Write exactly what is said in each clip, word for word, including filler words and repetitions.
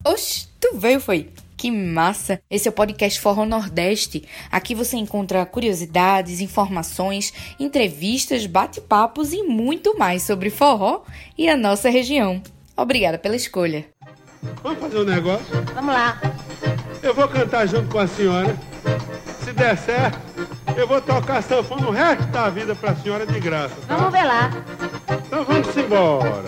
Oxe, tu veio, foi? Que massa! Esse é o podcast Forró Nordeste. Aqui você encontra curiosidades, informações, entrevistas, bate-papos e muito mais sobre forró e a nossa região. Obrigada pela escolha. Vamos fazer um negócio? Vamos lá. Eu vou cantar junto com a senhora. Se der certo, eu vou tocar sanfona o resto da vida pra senhora de graça, tá? Vamos ver lá. Então vamos embora.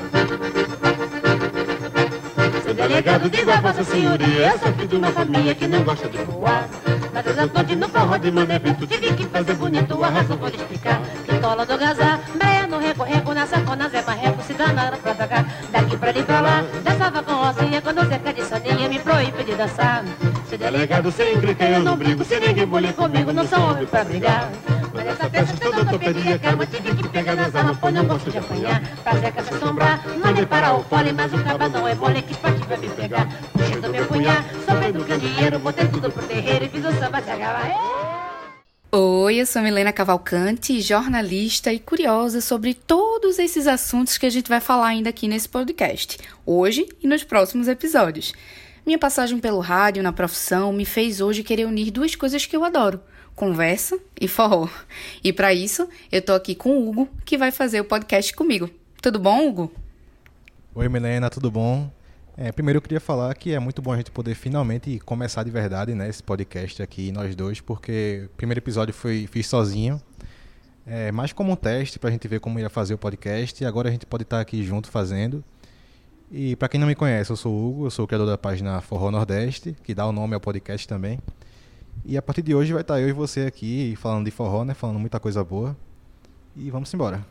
Sou delegado, digo a vossa senhoria, sou filho de uma família que não gosta de voar. Mas eu tô no forró de Manevito, tive que fazer bonito, a razão vou lhe explicar. Que tola do gazar, breia no reco-reco, na safona, Zé Marreco, se danada pra pagar. Daqui pra ali pra lá, dançava com rocinha, quando cerca de soninha, me proíbe de dançar. Sou delegado, sem grita, eu não brigo, se ninguém bolir comigo, não sou homem pra brigar. Mas essa festa toda eu tô pedia calma, tive que pegar nas almas, pois não gosto de apanhar. Pra seca se assombrar, mandei parar o fole, mas o caba não é mole, que parte vai me pegar. Puxando meu punhar, sobrando candeeiro, botei tudo pro terreiro e fiz o samba se agarrar. Oi, eu sou Milena Cavalcante, jornalista e curiosa sobre todos esses assuntos que a gente vai falar ainda aqui nesse podcast, hoje e nos próximos episódios. Minha passagem pelo rádio na profissão me fez hoje querer unir duas coisas que eu adoro, conversa e forró. E para isso, eu tô aqui com o Hugo, que vai fazer o podcast comigo. Tudo bom, Hugo? Oi, Milena, tudo bom? É, primeiro eu queria falar que é muito bom a gente poder finalmente começar de verdade, né, esse podcast aqui, nós dois, porque o primeiro episódio foi, fiz sozinho, é, mais como um teste pra gente ver como ia fazer o podcast, e agora a gente pode estar aqui junto fazendo. E pra quem não me conhece, eu sou o Hugo, eu sou o criador da página Forró Nordeste, que dá o nome ao podcast também. E a partir de hoje vai estar eu e você aqui falando de forró, né, falando muita coisa boa. E vamos embora.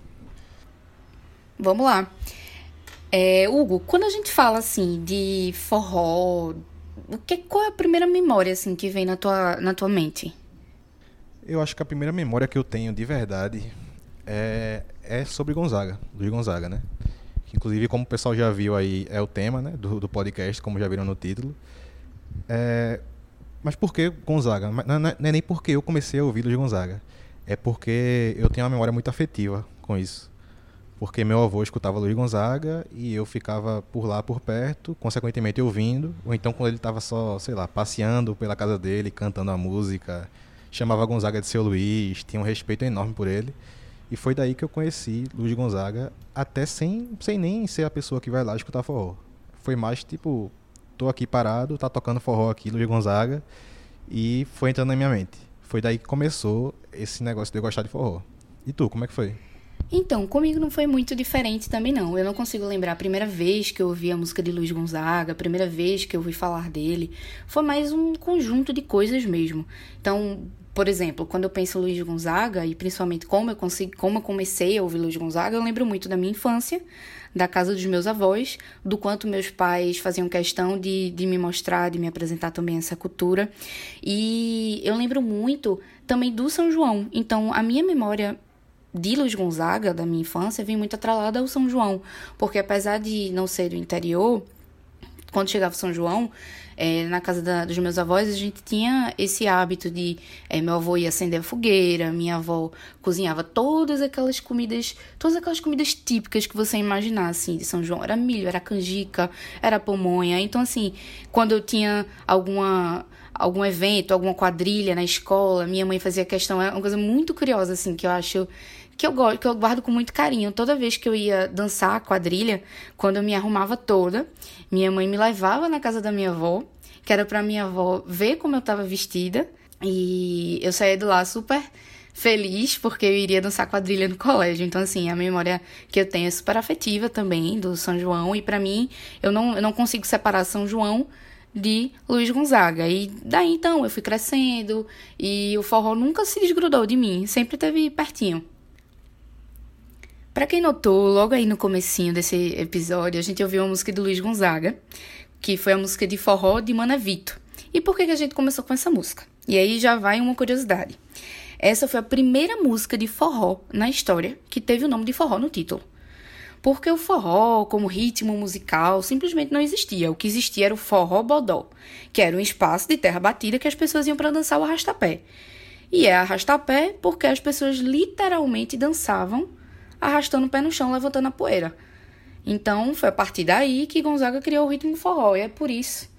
Vamos lá. É, Hugo, quando a gente fala assim de forró, o que, qual é a primeira memória assim, que vem na tua, na tua mente? Eu acho que a primeira memória que eu tenho de verdade é, é sobre Gonzaga, Luiz Gonzaga, né? Inclusive, como o pessoal já viu aí, é o tema, né, do, do podcast, como já viram no título. É, mas por que Gonzaga? Não, não é nem porque eu comecei a ouvir Luiz Gonzaga. É porque eu tenho uma memória muito afetiva com isso. Porque meu avô escutava Luiz Gonzaga e eu ficava por lá, por perto, consequentemente ouvindo. Ou então quando ele estava só, sei lá, passeando pela casa dele, cantando a música, chamava Gonzaga de seu Luiz, tinha um respeito enorme por ele. E foi daí que eu conheci Luiz Gonzaga, até sem, sem nem ser a pessoa que vai lá escutar forró. Foi mais tipo, tô aqui parado, tá tocando forró aqui, Luiz Gonzaga, e foi entrando na minha mente. Foi daí que começou esse negócio de eu gostar de forró. E tu, como é que foi? Então, comigo não foi muito diferente também não. Eu não consigo lembrar a primeira vez que eu ouvi a música de Luiz Gonzaga, a primeira vez que eu ouvi falar dele. Foi mais um conjunto de coisas mesmo. Então, por exemplo, quando eu penso em Luiz Gonzaga, e principalmente como eu, consigo, como eu comecei a ouvir Luiz Gonzaga, eu lembro muito da minha infância, da casa dos meus avós, do quanto meus pais faziam questão de, de me mostrar, de me apresentar também essa cultura. E eu lembro muito também do São João. Então, a minha memória de Luiz Gonzaga, da minha infância, vem muito atrelada ao São João, porque apesar de não ser do interior, quando chegava o São João, é, na casa da, dos meus avós, a gente tinha esse hábito de, é, meu avô ia acender a fogueira, minha avó cozinhava todas aquelas comidas, todas aquelas comidas típicas que você imaginar, assim, de São João. Era milho, era canjica, era pamonha. Então, assim, quando eu tinha alguma... algum evento, alguma quadrilha na escola, minha mãe fazia questão, é uma coisa muito curiosa, assim, que eu acho, que eu gosto, que eu guardo com muito carinho. Toda vez que eu ia dançar a quadrilha, quando eu me arrumava toda, minha mãe me levava na casa da minha avó, que era pra minha avó ver como eu tava vestida, e eu saía de lá super feliz, porque eu iria dançar quadrilha no colégio. Então, assim, a memória que eu tenho é super afetiva também, do São João, e pra mim, eu não, eu não consigo separar São João de Luiz Gonzaga. E daí, então, eu fui crescendo e o forró nunca se desgrudou de mim, sempre esteve pertinho. Pra quem notou, logo aí no comecinho desse episódio, a gente ouviu uma música do Luiz Gonzaga, que foi a música de forró de Manevito. E por que que a gente começou com essa música? E aí já vai uma curiosidade. Essa foi a primeira música de forró na história que teve o nome de forró no título. Porque o forró, como ritmo musical, simplesmente não existia. O que existia era o forró bodó, que era um espaço de terra batida que as pessoas iam para dançar o arrastapé. E é arrastapé porque as pessoas literalmente dançavam arrastando o pé no chão, levantando a poeira. Então, foi a partir daí que Gonzaga criou o ritmo forró. E é por isso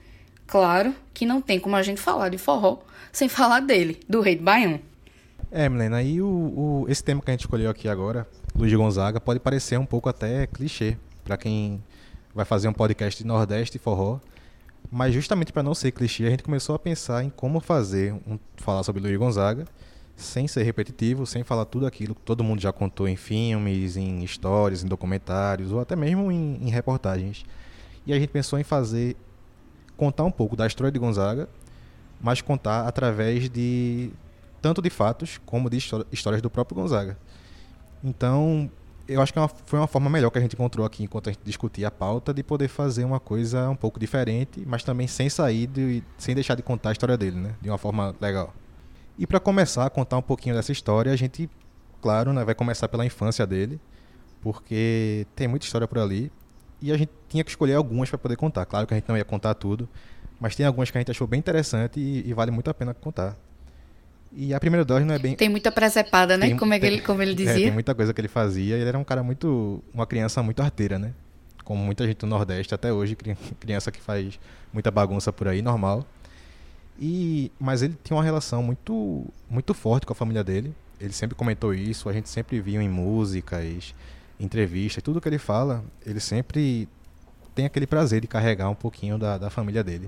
Claro que não tem como a gente falar de forró sem falar dele, do Rei do Baião. É, Milena, e o, o, esse tema que a gente escolheu aqui agora, Luiz Gonzaga, pode parecer um pouco até clichê para quem vai fazer um podcast de Nordeste e forró, mas justamente para não ser clichê, a gente começou a pensar em como fazer, um, falar sobre Luiz Gonzaga, sem ser repetitivo, sem falar tudo aquilo que todo mundo já contou em filmes, em histórias, em documentários, ou até mesmo em, em reportagens. E a gente pensou em fazer, contar um pouco da história de Gonzaga, mas contar através de tanto de fatos como de histórias do próprio Gonzaga. Então, eu acho que é uma, foi uma forma melhor que a gente encontrou aqui enquanto a gente discutia a pauta, de poder fazer uma coisa um pouco diferente, mas também sem sair, de, sem deixar de contar a história dele, né? De uma forma legal. E para começar a contar um pouquinho dessa história, a gente, claro, né, vai começar pela infância dele, porque tem muita história por ali, e a gente tinha que escolher algumas para poder contar. Claro que a gente não ia contar tudo, mas tem algumas que a gente achou bem interessante e, e vale muito a pena contar. E a primeira delas não é bem... Tem muita presepada, né? Tem, como, é que tem, ele, como ele dizia. É, tem muita coisa que ele fazia. Ele era um cara muito... Uma criança muito arteira, né? Como muita gente do Nordeste até hoje. Criança que faz muita bagunça por aí, normal. E, mas ele tinha uma relação muito, muito forte com a família dele. Ele sempre comentou isso. A gente sempre viu em músicas, entrevistas. Tudo que ele fala, ele sempre tem aquele prazer de carregar um pouquinho da, da família dele.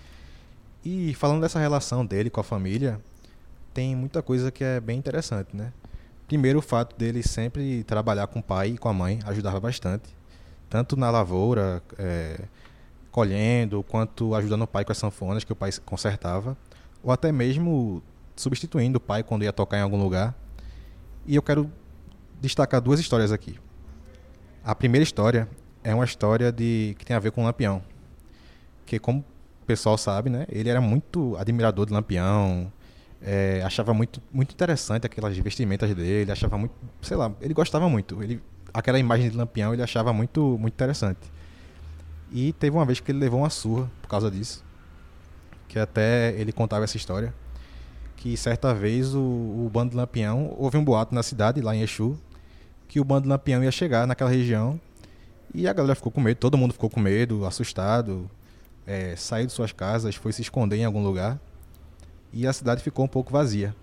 E falando dessa relação dele com a família... tem muita coisa que é bem interessante, né? Primeiro, o fato dele sempre trabalhar com o pai e com a mãe ajudava bastante. Tanto na lavoura, é, colhendo, quanto ajudando o pai com as sanfonas que o pai consertava. Ou até mesmo substituindo o pai quando ia tocar em algum lugar. E eu quero destacar duas histórias aqui. A primeira história é uma história de, que tem a ver com o Lampião. Que, como o pessoal sabe, né? Ele era muito admirador de Lampião. É, achava muito, muito interessante aquelas vestimentas dele, achava muito, sei lá, ele gostava muito. Ele, aquela imagem de Lampião ele achava muito, muito interessante. E teve uma vez que ele levou uma surra por causa disso, que até ele contava essa história, que certa vez o, o bando de Lampião, houve um boato na cidade, lá em Exu, que o bando de Lampião ia chegar naquela região, e a galera ficou com medo, todo mundo ficou com medo, assustado, é, saiu de suas casas, foi se esconder em algum lugar. E a cidade ficou um pouco vazia.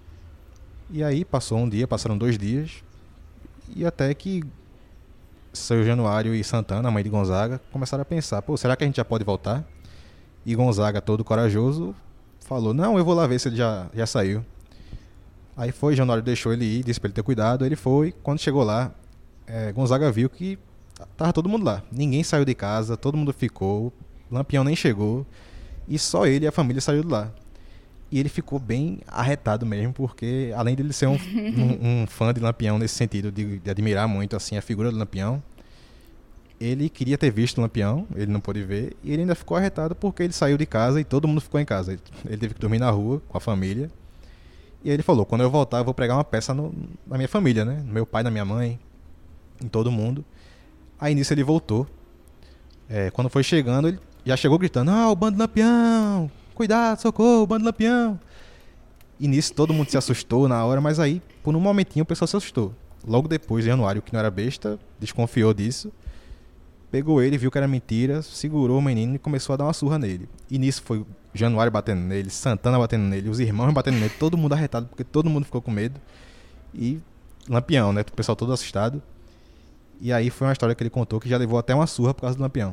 E aí passou um dia, passaram dois dias, e até que seu Januário e Santana, a mãe de Gonzaga, começaram a pensar, pô, será que a gente já pode voltar? E Gonzaga, todo corajoso, falou, não, eu vou lá ver se ele já, já saiu. Aí foi, Januário deixou ele ir, disse pra ele ter cuidado, ele foi, quando chegou lá, é, Gonzaga viu que tava todo mundo lá. Ninguém saiu de casa, todo mundo ficou, Lampião nem chegou, e só ele e a família saiu de lá. E ele ficou bem arretado mesmo, porque além de ele ser um, um, um fã de Lampião nesse sentido, de, de admirar muito assim, a figura do Lampião, ele queria ter visto o Lampião, ele não pôde ver, e ele ainda ficou arretado porque ele saiu de casa e todo mundo ficou em casa. Ele, ele teve que dormir na rua com a família. E aí ele falou, quando eu voltar eu vou pregar uma peça no, na minha família, né? No meu pai, na minha mãe, em todo mundo. Aí nisso ele voltou. É, quando foi chegando, ele já chegou gritando, ah, o bando do Lampião! Cuidado, socorro, bando Lampião. E nisso todo mundo se assustou na hora, mas aí, por um momentinho, o pessoal se assustou. Logo depois, Januário, que não era besta, desconfiou disso, pegou ele, viu que era mentira, segurou o menino e começou a dar uma surra nele. E nisso foi Januário batendo nele, Santana batendo nele, os irmãos batendo nele, todo mundo arretado, porque todo mundo ficou com medo. E Lampião, né? O pessoal todo assustado. E aí foi uma história que ele contou que já levou até uma surra por causa do Lampião.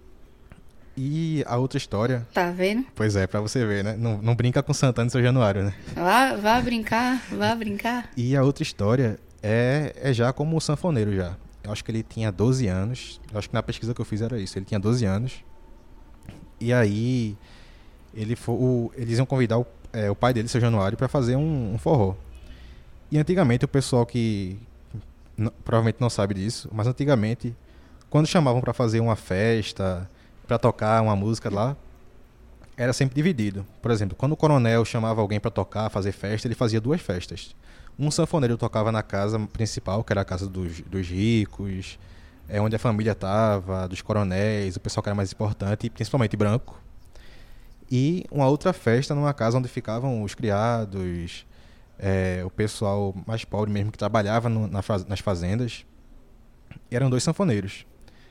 E a outra história... Tá vendo? Pois é, pra você ver, né? Não, não brinca com Santana e seu Januário, né? Vá, vá brincar, vá brincar. E a outra história é, é já como o sanfoneiro já. Eu acho que ele tinha doze anos. Eu acho que na pesquisa que eu fiz era isso. Ele tinha doze anos. E aí, ele foi, o, eles iam convidar o, é, o pai dele, seu Januário, pra fazer um, um forró. E antigamente, o pessoal que n- provavelmente não sabe disso, mas antigamente, quando chamavam pra fazer uma festa... para tocar uma música lá, era sempre dividido. Por exemplo, quando o coronel chamava alguém para tocar, fazer festa, ele fazia duas festas. Um sanfoneiro tocava na casa principal, que era a casa dos, dos ricos, é onde a família estava, dos coronéis, o pessoal que era mais importante, principalmente branco. E uma outra festa numa casa onde ficavam os criados, é, o pessoal mais pobre mesmo que trabalhava no, na, nas fazendas. E eram dois sanfoneiros.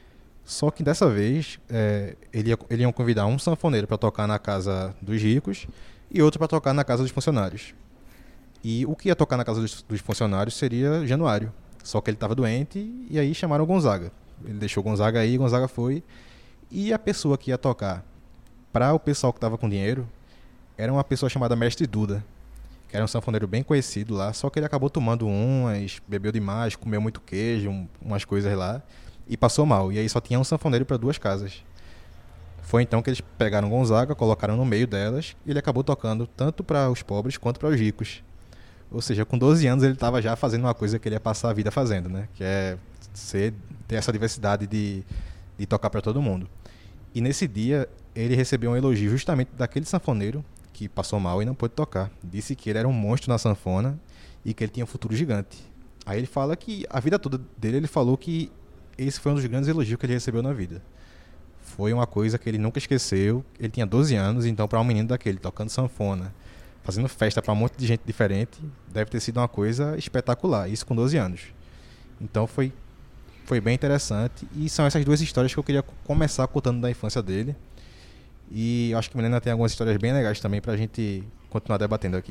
Só que dessa vez, é, ele ia, ele iam convidar um sanfoneiro para tocar na casa dos ricos e outro para tocar na casa dos funcionários. E o que ia tocar na casa dos, dos funcionários seria Januário. Só que ele estava doente e aí chamaram o Gonzaga. Ele deixou o Gonzaga aí, Gonzaga foi. E a pessoa que ia tocar para o pessoal que estava com dinheiro era uma pessoa chamada Mestre Duda, que era um sanfoneiro bem conhecido lá, só que ele acabou tomando umas, bebeu demais, comeu muito queijo, um, umas coisas lá, e passou mal. E aí só tinha um sanfoneiro para duas casas. Foi então que eles pegaram Gonzaga, colocaram no meio delas, e ele acabou tocando tanto para os pobres quanto para os ricos. Ou seja, com doze anos ele estava já fazendo uma coisa que ele ia passar a vida fazendo, né? Que é ser, ter essa diversidade de, de tocar para todo mundo. E nesse dia ele recebeu um elogio justamente daquele sanfoneiro que passou mal e não pôde tocar. Disse que ele era um monstro na sanfona e que ele tinha um futuro gigante. Aí ele fala que a vida toda dele ele falou que esse foi um dos grandes elogios que ele recebeu na vida. Foi uma coisa que ele nunca esqueceu. Ele tinha doze anos, então para um menino daquele, tocando sanfona, fazendo festa para um monte de gente diferente, deve ter sido uma coisa espetacular. Isso com doze anos. Então foi, foi bem interessante. E são essas duas histórias que eu queria começar contando da infância dele. E eu acho que a Milena tem algumas histórias bem legais também pra gente continuar debatendo aqui.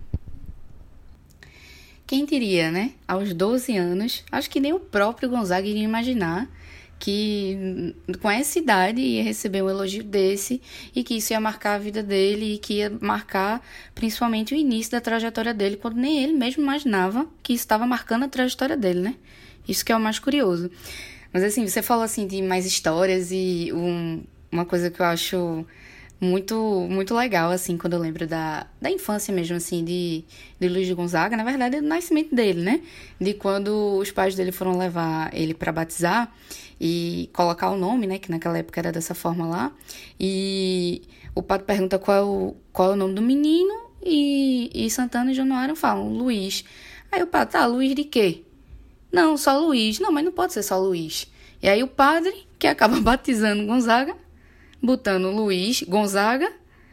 Quem diria, né? Aos doze anos, acho que nem o próprio Gonzaga iria imaginar que com essa idade ia receber um elogio desse e que isso ia marcar a vida dele e que ia marcar principalmente o início da trajetória dele, quando nem ele mesmo imaginava que isso estava marcando a trajetória dele, né? Isso que é o mais curioso. Mas assim, você falou assim de mais histórias e um... uma coisa que eu acho muito, muito legal, assim, quando eu lembro da, da infância mesmo, assim, de, de Luiz de Gonzaga, na verdade, é do nascimento dele, né? De quando os pais dele foram levar ele para batizar e colocar o nome, né? Que naquela época era dessa forma lá. E o padre pergunta qual é o, qual é o nome do menino e, e Santana e Januário falam Luiz. Aí o padre, tá, Luiz de quê? Não, só Luiz. Não, mas não pode ser só Luiz. E aí o padre, que acaba batizando Gonzaga, botando Luiz Gonzaga,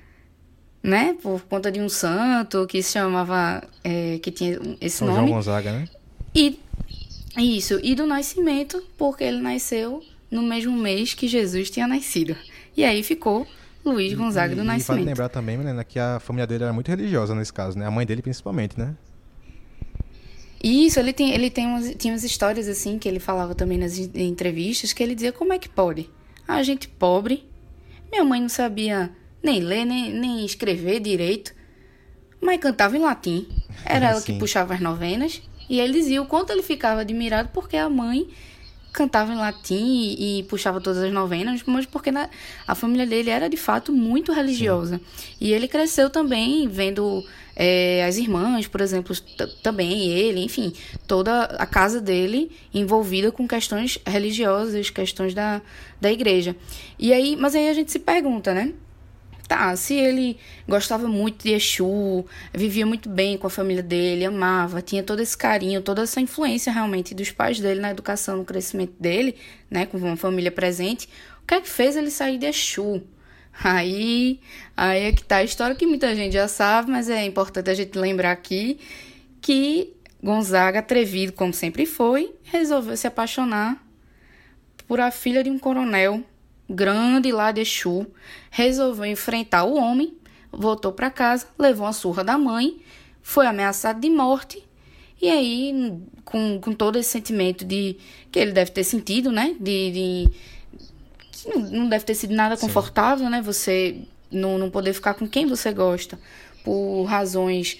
né, por conta de um santo que se chamava, é, que tinha esse São nome. João Gonzaga, né? E isso, e do nascimento, porque ele nasceu no mesmo mês que Jesus tinha nascido. E aí ficou Luiz Gonzaga e, do e Nascimento. E vale lembrar também, Milena, que a família dele era muito religiosa nesse caso, né? A mãe dele principalmente, né? Isso, ele, tem, ele tem umas, tinha umas histórias assim, que ele falava também nas entrevistas, que ele dizia, como é que pode? A gente pobre, minha mãe não sabia nem ler, nem, nem escrever direito, mas cantava em latim. Era ela que puxava as novenas. E ele dizia o quanto ele ficava admirado porque a mãe cantava em latim e, e puxava todas as novenas, mas porque na, a família dele era, de fato, muito religiosa. Sim. E ele cresceu também vendo é, as irmãs, por exemplo, t- também ele, enfim, toda a casa dele envolvida com questões religiosas, questões da, da igreja. E aí, mas aí a gente se pergunta, né? Tá, se ele gostava muito de Exu, vivia muito bem com a família dele, amava, tinha todo esse carinho, toda essa influência realmente dos pais dele na educação, no crescimento dele, né, com uma família presente, o que é que fez ele sair de Exu? Aí, aí é que tá a história que muita gente já sabe, mas é importante a gente lembrar aqui que Gonzaga, atrevido como sempre foi, resolveu se apaixonar por a filha de um coronel grande lá de Exu, resolveu enfrentar o homem, voltou para casa, levou uma surra da mãe, foi ameaçado de morte, e aí, com, com todo esse sentimento de que ele deve ter sentido, né, de, de não, não deve ter sido nada confortável, né, você não, não poder ficar com quem você gosta, por razões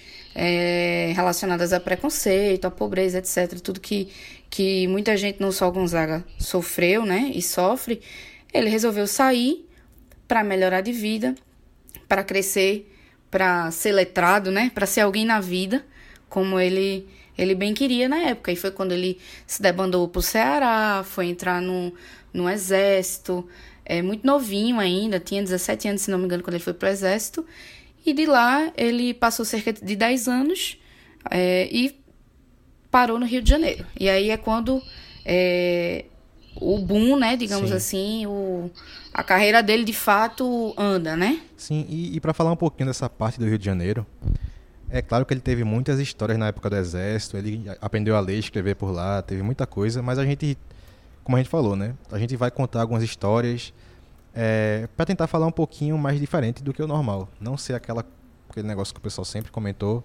é, relacionadas a preconceito, a pobreza, etcétera, tudo que, que muita gente, não só Gonzaga, sofreu, né, e sofre. Ele resolveu sair para melhorar de vida, para crescer, para ser letrado, né? Para ser alguém na vida, como ele, ele bem queria na época. E foi quando ele se debandou para o Ceará, foi entrar no, no exército, é, muito novinho ainda, tinha dezessete anos, se não me engano, quando ele foi para o exército. E de lá ele passou cerca de dez anos é, e parou no Rio de Janeiro. E aí é quando... É, o boom, né, digamos Sim. assim, o, a carreira dele de fato anda, né? Sim, e, e para falar um pouquinho dessa parte do Rio de Janeiro, é claro que ele teve muitas histórias na época do Exército, ele aprendeu a ler e escrever por lá, teve muita coisa, mas a gente como a gente falou, né? A gente vai contar algumas histórias é, para tentar falar um pouquinho mais diferente do que o normal. Não ser aquela, aquele negócio que o pessoal sempre comentou.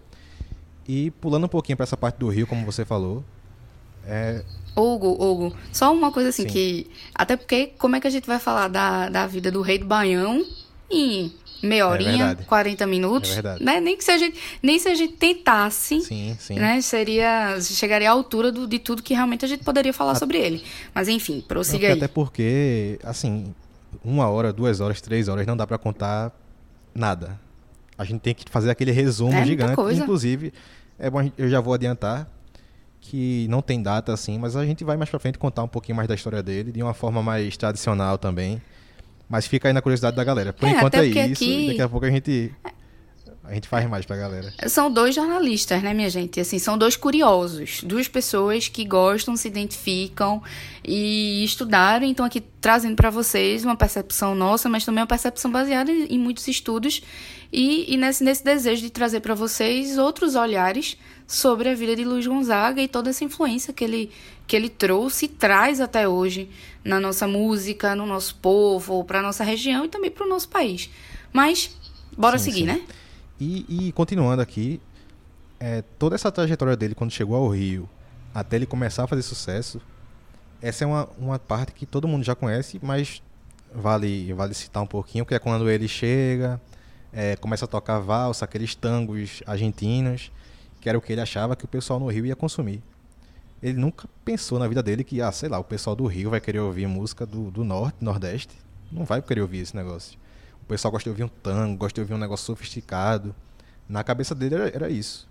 E pulando um pouquinho para essa parte do Rio, como você falou. É... Hugo, Hugo, só uma coisa assim Sim. que... Até porque como é que a gente vai falar da, da vida do Rei do Baião em meia horinha, verdade. quarenta minutos? É verdade. Né? Nem que se a gente, nem se a gente tentasse, Sim, sim. né? Seria, chegaria à altura do, de tudo que realmente a gente poderia falar A- sobre ele. Mas enfim, Não, prossiga aí. até porque, assim, uma hora, duas horas, três horas, não dá para contar nada. A gente tem que fazer aquele resumo É muita gigante. coisa. Inclusive, é bom, a gente- eu já vou adiantar que não tem data assim, mas a gente vai mais pra frente contar um pouquinho mais da história dele, de uma forma mais tradicional também. Mas fica aí na curiosidade da galera. Por É, enquanto até é porque isso, aqui- e daqui a pouco a gente a gente faz mais pra galera. São dois jornalistas, né, minha gente? Assim, são dois curiosos, duas pessoas que gostam, se identificam e estudaram, então aqui trazendo para vocês uma percepção nossa, mas também uma percepção baseada em, em muitos estudos e, e nesse, nesse desejo de trazer para vocês outros olhares sobre a vida de Luiz Gonzaga e toda essa influência que ele, que ele trouxe e traz até hoje na nossa música, no nosso povo, para nossa região e também para o nosso país. Mas, bora Sim, seguir, sim. né? E, e continuando aqui, é, toda essa trajetória dele quando chegou ao Rio, até ele começar a fazer sucesso, essa é uma, uma parte que todo mundo já conhece, mas vale, vale citar um pouquinho, que é quando ele chega, é, começa a tocar valsa, aqueles tangos argentinos, que era o que ele achava que o pessoal no Rio ia consumir. Ele nunca pensou na vida dele que, ah, sei lá, o pessoal do Rio vai querer ouvir música do, do Norte, Nordeste. Não vai querer ouvir esse negócio. O pessoal gosta de ouvir um tango, gosta de ouvir um negócio sofisticado. Na cabeça dele era, era isso.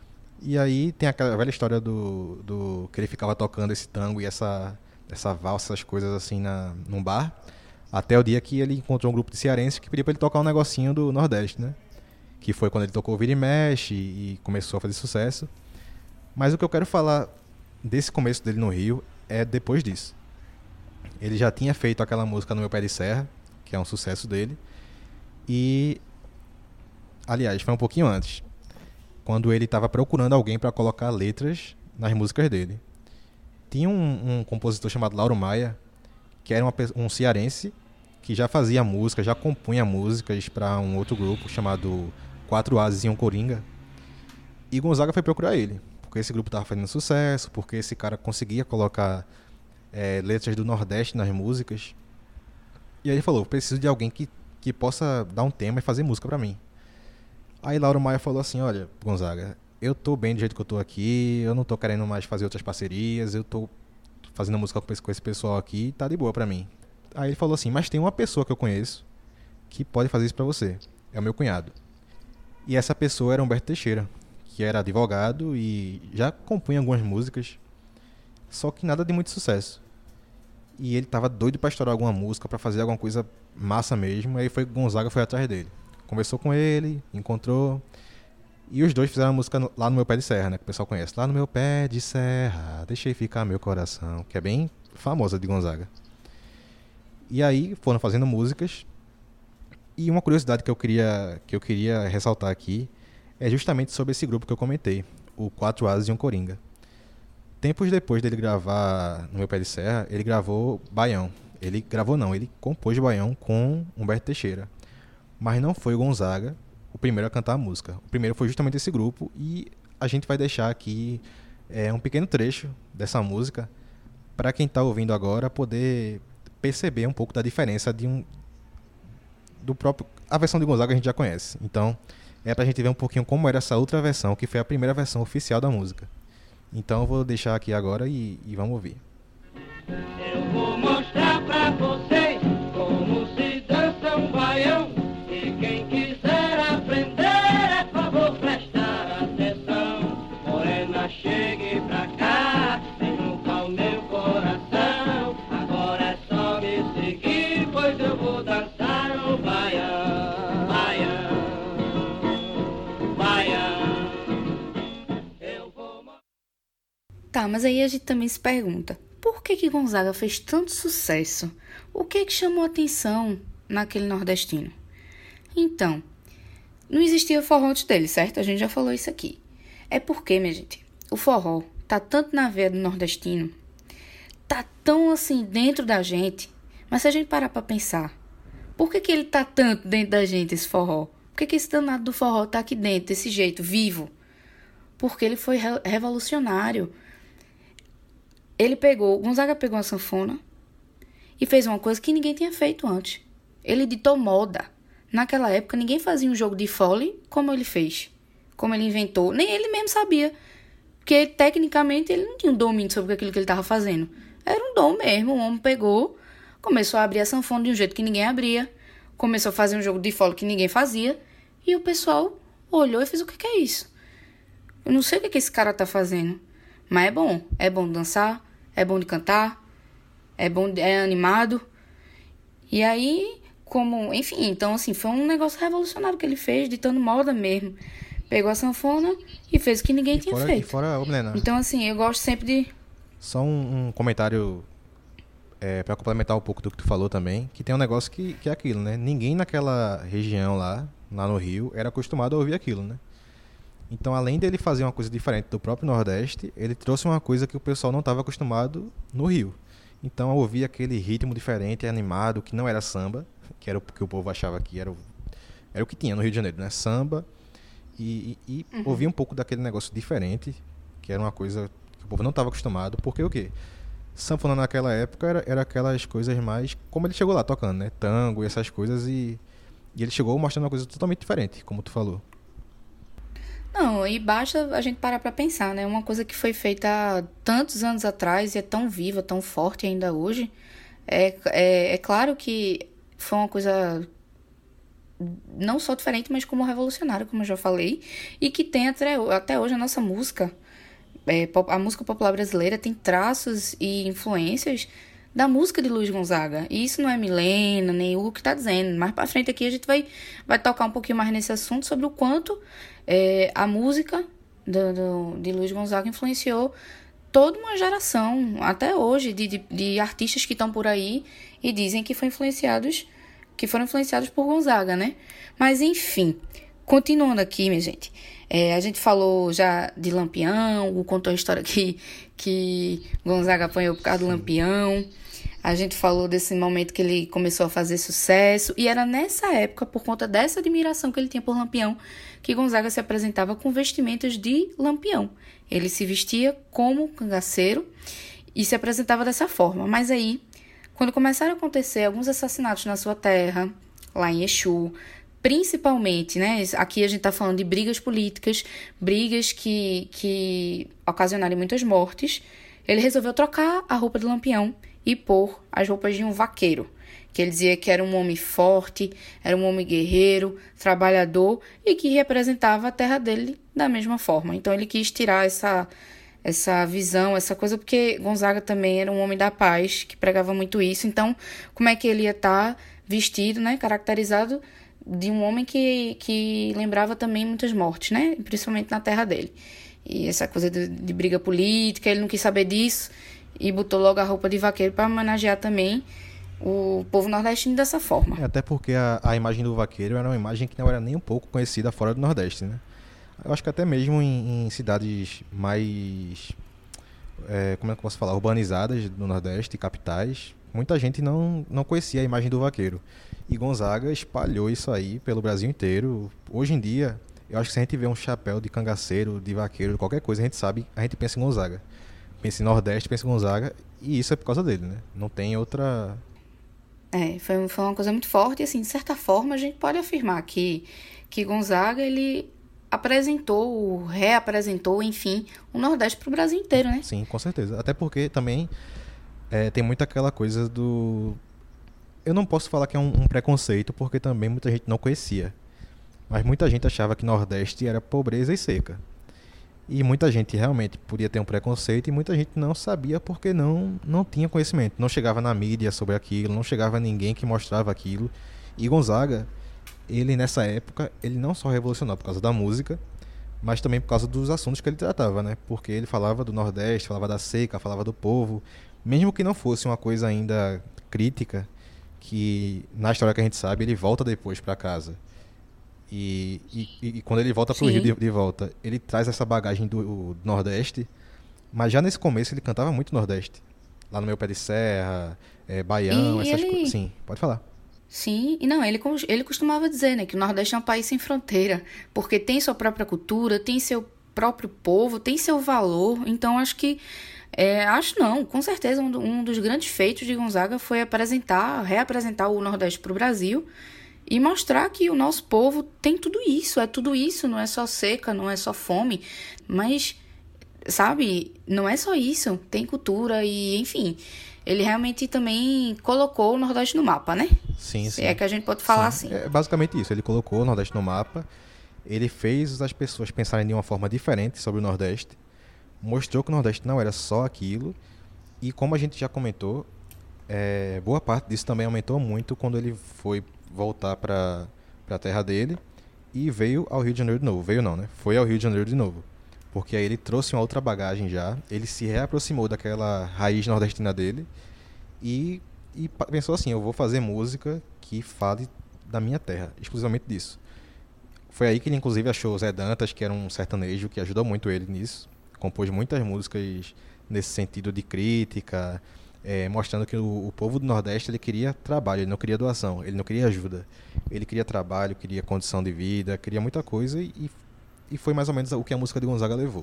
E aí tem aquela velha história do, do que ele ficava tocando esse tango e essa, essa valsa, essas coisas assim na, num bar. Até o dia que ele encontrou um grupo de cearenses que pediu pra ele tocar um negocinho do Nordeste, né? Que foi quando ele tocou Vira e Mexe e começou a fazer sucesso. Mas o que eu quero falar desse começo dele no Rio é depois disso. Ele já tinha feito aquela música No Meu Pé de Serra, que é um sucesso dele. E, aliás, foi um pouquinho antes, quando ele estava procurando alguém para colocar letras nas músicas dele. Tinha um, um compositor chamado Lauro Maia, que era uma, pe- um cearense, que já fazia música, já compunha músicas para um outro grupo chamado Quatro Ases e um Coringa. E Gonzaga foi procurar ele, porque esse grupo estava fazendo sucesso, porque esse cara conseguia colocar é, letras do Nordeste nas músicas. E aí ele falou, preciso de alguém que, que possa dar um tema e fazer música pra mim. Aí Lauro Maia falou assim, olha, Gonzaga, eu tô bem do jeito que eu tô aqui, eu não tô querendo mais fazer outras parcerias, eu tô fazendo música com esse, com esse pessoal aqui, tá de boa pra mim. Aí ele falou assim, mas tem uma pessoa que eu conheço que pode fazer isso pra você, é o meu cunhado. E essa pessoa era Humberto Teixeira, que era advogado e já compunha algumas músicas, só que nada de muito sucesso. E ele tava doido pra estourar alguma música, pra fazer alguma coisa massa mesmo. Aí foi Gonzaga foi atrás dele. Conversou com ele, encontrou. E os dois fizeram a música no- lá no Meu Pé de Serra, né? Que o pessoal conhece. Lá no meu pé de serra, deixei ficar meu coração. Que é bem famosa de Gonzaga. E aí foram fazendo músicas. E uma curiosidade que eu queria, que eu queria ressaltar aqui é justamente sobre esse grupo que eu comentei. O Quatro Ases e um Coringa. Tempos depois dele gravar No Meu Pé de Serra, ele gravou Baião. Ele gravou não, ele compôs Baião com Humberto Teixeira. Mas não foi o Gonzaga o primeiro a cantar a música. O primeiro foi justamente esse grupo e a gente vai deixar aqui é, um pequeno trecho dessa música para quem está ouvindo agora poder perceber um pouco da diferença de um do próprio a versão de Gonzaga a gente já conhece. Então é pra gente ver um pouquinho como era essa outra versão, que foi a primeira versão oficial da música. Então eu vou deixar aqui agora e, e vamos ouvir. Eu vou mostrar pra vocês como se dança um baião. E quem quiser aprender, é favor prestar atenção. Morena, chegue pra cá, vem junto ao meu coração. Agora é só me seguir, pois eu vou dançar o baião. Baião, baião. Eu vou mostrar. Tá, mas aí a gente também se pergunta, por que que Gonzaga fez tanto sucesso? O que que chamou a atenção naquele nordestino? Então, não existia forró antes dele, certo? A gente já falou isso aqui. É porque, minha gente, o forró tá tanto na veia do nordestino, tá tão assim dentro da gente. Mas se a gente parar pra pensar, por que que ele tá tanto dentro da gente, esse forró? Por que que esse danado do forró tá aqui dentro, desse jeito, vivo? Porque ele foi re- revolucionário. Ele pegou, Gonzaga pegou a sanfona e fez uma coisa que ninguém tinha feito antes. Ele ditou moda. Naquela época, ninguém fazia um jogo de fole como ele fez. Como ele inventou. Nem ele mesmo sabia. Porque, tecnicamente, ele não tinha um domínio sobre aquilo que ele estava fazendo. Era um dom mesmo. O homem pegou, começou a abrir a sanfona de um jeito que ninguém abria. Começou a fazer um jogo de fole que ninguém fazia. E o pessoal olhou e fez: o que que é isso? Eu não sei o que que esse cara tá fazendo. Mas é bom. É bom dançar. É bom de cantar. É bom, de, é animado. E aí, como... Enfim, então, assim, foi um negócio revolucionário que ele fez, ditando moda mesmo. Pegou a sanfona e fez o que ninguém E tinha fora, feito. E fora, ô, Milena, Então, assim, eu gosto sempre de... só um, um comentário é, para complementar um pouco do que tu falou também, que tem um negócio que, que é aquilo, né? Ninguém naquela região lá, lá no Rio, era acostumado a ouvir aquilo, né? Então, além dele fazer uma coisa diferente do próprio Nordeste, ele trouxe uma coisa que o pessoal não estava acostumado no Rio. Então, eu ouvia aquele ritmo diferente, animado, que não era samba, que era o que o povo achava que era o, era o que tinha no Rio de Janeiro, né? Samba. E, e, e uhum. ouvia um pouco daquele negócio diferente, que era uma coisa que o povo não estava acostumado. Porque o quê? Sanfona naquela época era, era aquelas coisas mais... Como ele chegou lá tocando, né? Tango e essas coisas. E, e ele chegou mostrando uma coisa totalmente diferente, como tu falou. Não, e basta a gente parar pra pensar, né? Uma coisa que foi feita há tantos anos atrás e é tão viva, tão forte ainda hoje. É, é, é claro que foi uma coisa não só diferente, mas como revolucionária, como eu já falei. E que tem até, até hoje a nossa música, é, a música popular brasileira tem traços e influências da música de Luiz Gonzaga. E isso não é Milena, nem o que tá dizendo. Mais pra frente aqui a gente vai, vai tocar um pouquinho mais nesse assunto sobre o quanto é, a música do, do, de Luiz Gonzaga influenciou toda uma geração, até hoje, de, de, de artistas que estão por aí e dizem que foram influenciados, que foram influenciados por Gonzaga, né? Mas, enfim, continuando aqui, minha gente, é, a gente falou já de Lampião, contou a história que, que Gonzaga apanhou por causa do Lampião. A gente falou desse momento que ele começou a fazer sucesso. E era nessa época, por conta dessa admiração que ele tinha por Lampião, que Gonzaga se apresentava com vestimentas de Lampião. Ele se vestia como cangaceiro e se apresentava dessa forma. Mas aí, quando começaram a acontecer alguns assassinatos na sua terra, lá em Exu, principalmente, né? Aqui a gente tá falando de brigas políticas, brigas que, que ocasionaram muitas mortes. Ele resolveu trocar a roupa de Lampião e pôr as roupas de um vaqueiro, que ele dizia que era um homem forte, era um homem guerreiro, trabalhador e que representava a terra dele da mesma forma. Então ele quis tirar essa, essa visão, essa coisa, porque Gonzaga também era um homem da paz, que pregava muito isso. Então, como é que ele ia estar vestido, né, caracterizado de um homem que, que lembrava também muitas mortes, né, principalmente na terra dele. E essa coisa de, de briga política, ele não quis saber disso e botou logo a roupa de vaqueiro para homenagear também o povo nordestino dessa forma. É, até porque a, a imagem do vaqueiro era uma imagem que não era nem um pouco conhecida fora do Nordeste, né? Eu acho que até mesmo em, em cidades mais, é, como é que eu posso falar, urbanizadas do Nordeste, capitais, muita gente não, não conhecia a imagem do vaqueiro. E Gonzaga espalhou isso aí pelo Brasil inteiro. Hoje em dia, eu acho que se a gente vê um chapéu de cangaceiro, de vaqueiro, qualquer coisa, a gente sabe, a gente pensa em Gonzaga. Pensa em Nordeste, pensa em Gonzaga, e isso é por causa dele, né? Não tem outra... É, foi, foi uma coisa muito forte, e assim, de certa forma, a gente pode afirmar que, que Gonzaga, ele apresentou, reapresentou, enfim, o Nordeste pro Brasil inteiro, né? Sim, com certeza. Até porque também é, tem muito aquela coisa do... Eu não posso falar que é um, um preconceito, porque também muita gente não conhecia. Mas muita gente achava que Nordeste era pobreza e seca. E muita gente realmente podia ter um preconceito e muita gente não sabia porque não, não tinha conhecimento. Não chegava na mídia sobre aquilo, não chegava ninguém que mostrava aquilo. E Gonzaga, ele nessa época, ele não só revolucionou por causa da música, mas também por causa dos assuntos que ele tratava, né? Porque ele falava do Nordeste, falava da seca, falava do povo. Mesmo que não fosse uma coisa ainda crítica, que na história que a gente sabe, ele volta depois para casa. E, e, e quando ele volta pro Rio de, de volta, ele traz essa bagagem do, do Nordeste, mas já nesse começo ele cantava muito Nordeste. lá no meu pé de serra, é, Baião, E essas ele- coisas. Sim, pode falar. Sim, e não, ele, cos- ele costumava dizer, né, que o Nordeste é um país sem fronteira, porque tem sua própria cultura, tem seu próprio povo, tem seu valor, então acho que, é, acho não, com certeza um, do- um dos grandes feitos de Gonzaga foi apresentar, reapresentar o Nordeste para o Brasil e mostrar que o nosso povo tem tudo isso, é tudo isso, não é só seca, não é só fome, mas, sabe, não é só isso, tem cultura e, enfim, ele realmente também colocou o Nordeste no mapa, né? Sim, Se sim. é que a gente pode falar Sim, assim. é basicamente isso. Ele colocou o Nordeste no mapa, ele fez as pessoas pensarem de uma forma diferente sobre o Nordeste, mostrou que o Nordeste não era só aquilo, e como a gente já comentou, é, boa parte disso também aumentou muito quando ele foi voltar para a terra dele e veio ao Rio de Janeiro de novo. Veio não, né? Foi ao Rio de Janeiro de novo. Porque aí ele trouxe uma outra bagagem já, ele se reaproximou daquela raiz nordestina dele e, e pa- pensou assim, eu vou fazer música que fale da minha terra, exclusivamente disso. Foi aí que ele inclusive achou o Zé Dantas, que era um sertanejo que ajudou muito ele nisso. Compôs muitas músicas nesse sentido de crítica, eh, mostrando que o, o povo do Nordeste ele queria trabalho, ele não queria doação, ele não queria ajuda. Ele queria trabalho, queria condição de vida, queria muita coisa e, e foi mais ou menos o que a música de Gonzaga levou.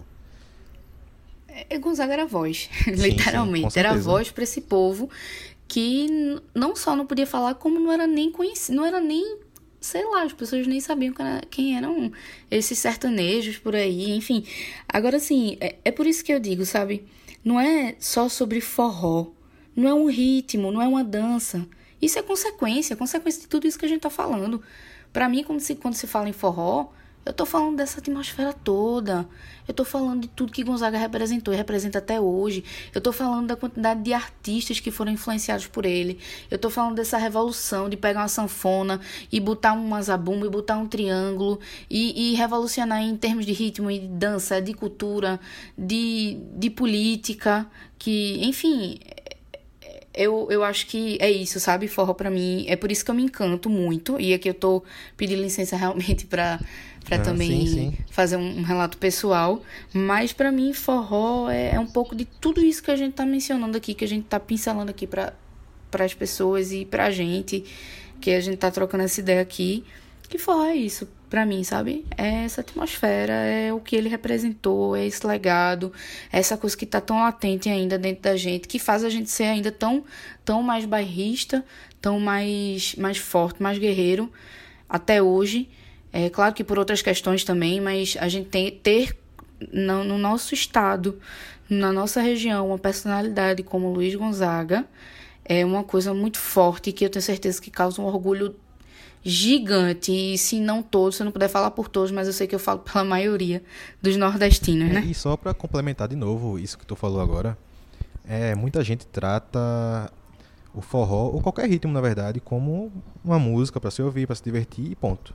É, Gonzaga era a voz, sim, literalmente. com Era a certeza. voz para esse povo que n- não só não podia falar, como não era nem conhecido, não era nem, sei lá, as pessoas nem sabiam quem era- quem eram esses sertanejos por aí, enfim. Agora, assim, é, é por isso que eu digo, sabe? Não é só sobre forró, não é um ritmo, não é uma dança. Isso é consequência, consequência de tudo isso que a gente tá falando. Pra mim, quando se, quando se fala em forró, eu tô falando dessa atmosfera toda. Eu tô falando de tudo que Gonzaga representou e representa até hoje. Eu tô falando da quantidade de artistas que foram influenciados por ele. Eu tô falando dessa revolução de pegar uma sanfona e botar uma zabumba e botar um triângulo e, e revolucionar em termos de ritmo e de dança, de cultura, de, de política, que, enfim, eu, eu acho que é isso, sabe? Forró pra mim, é por isso que eu me encanto muito. E aqui eu tô pedindo licença realmente pra, pra Ah, também sim, sim. fazer um, um relato pessoal. Mas pra mim, forró é, é um pouco de tudo isso que a gente tá mencionando aqui, que a gente tá pincelando aqui pra, pras pessoas e pra gente, que a gente tá trocando essa ideia aqui. Que forró é isso, pra mim, sabe? É essa atmosfera, é o que ele representou, é esse legado, é essa coisa que tá tão latente ainda dentro da gente, que faz a gente ser ainda tão, tão mais bairrista, tão mais, mais forte, mais guerreiro até hoje. É claro que por outras questões também, mas a gente tem ter no, no nosso estado, na nossa região, uma personalidade como Luiz Gonzaga é uma coisa muito forte que eu tenho certeza que causa um orgulho gigante, e se não todos, se eu não puder falar por todos, mas eu sei que eu falo pela maioria dos nordestinos, É, né? e só para complementar de novo isso que tu falou agora, é, muita gente trata o forró, ou qualquer ritmo na verdade, como uma música para se ouvir, para se divertir e ponto.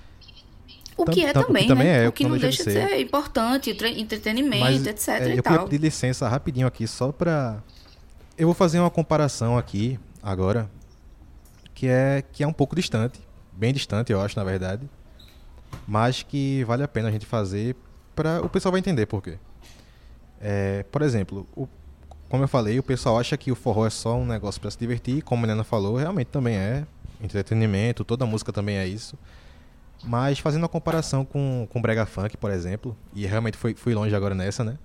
O Tam- que é tam- o que também, também né? é, O que não deixa de ser importante, tre- entretenimento, Mas etc é, e eu queria tal. pedir licença rapidinho aqui só para eu vou fazer uma comparação aqui agora que é que é um pouco distante, bem distante, eu acho, na verdade, mas que vale a pena a gente fazer para o pessoal vai entender por quê. É, por exemplo, o- como eu falei, o pessoal acha que o forró é só um negócio para se divertir, como a Helena falou, realmente também é entretenimento, toda música também é isso. Mas fazendo uma comparação com com brega funk, por exemplo, e realmente fui, fui longe agora nessa, né?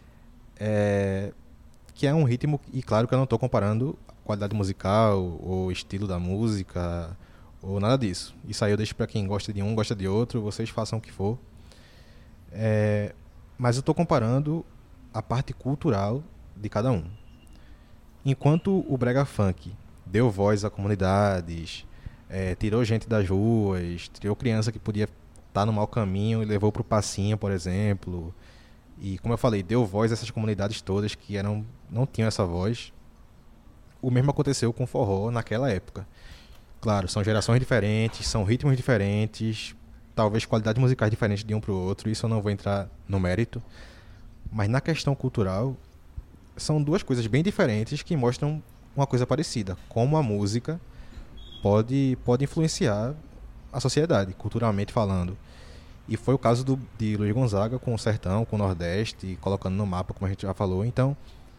É, que é um ritmo, e claro que eu não estou comparando qualidade musical, ou estilo da música, ou nada disso. Isso aí eu deixo para quem gosta de um, gosta de outro, vocês façam o que for. É, mas eu estou comparando a parte cultural de cada um. Enquanto o brega funk deu voz a comunidades, é, tirou gente das ruas, tirou criança que podia estar no mau caminho e levou para o passinho, por exemplo. E como eu falei, deu voz a essas comunidades todas que eram, não tinham essa voz. O mesmo aconteceu com o forró naquela época. Claro, são gerações diferentes, são ritmos diferentes, talvez qualidades musicais diferentes de um para o outro, isso eu não vou entrar no mérito. Mas na questão cultural, são duas coisas bem diferentes que mostram uma coisa parecida. Como a música pode, pode influenciar a sociedade, culturalmente falando. E foi o caso do, de Luiz Gonzaga com o Sertão, com o Nordeste, colocando no mapa, como a gente já falou. Então,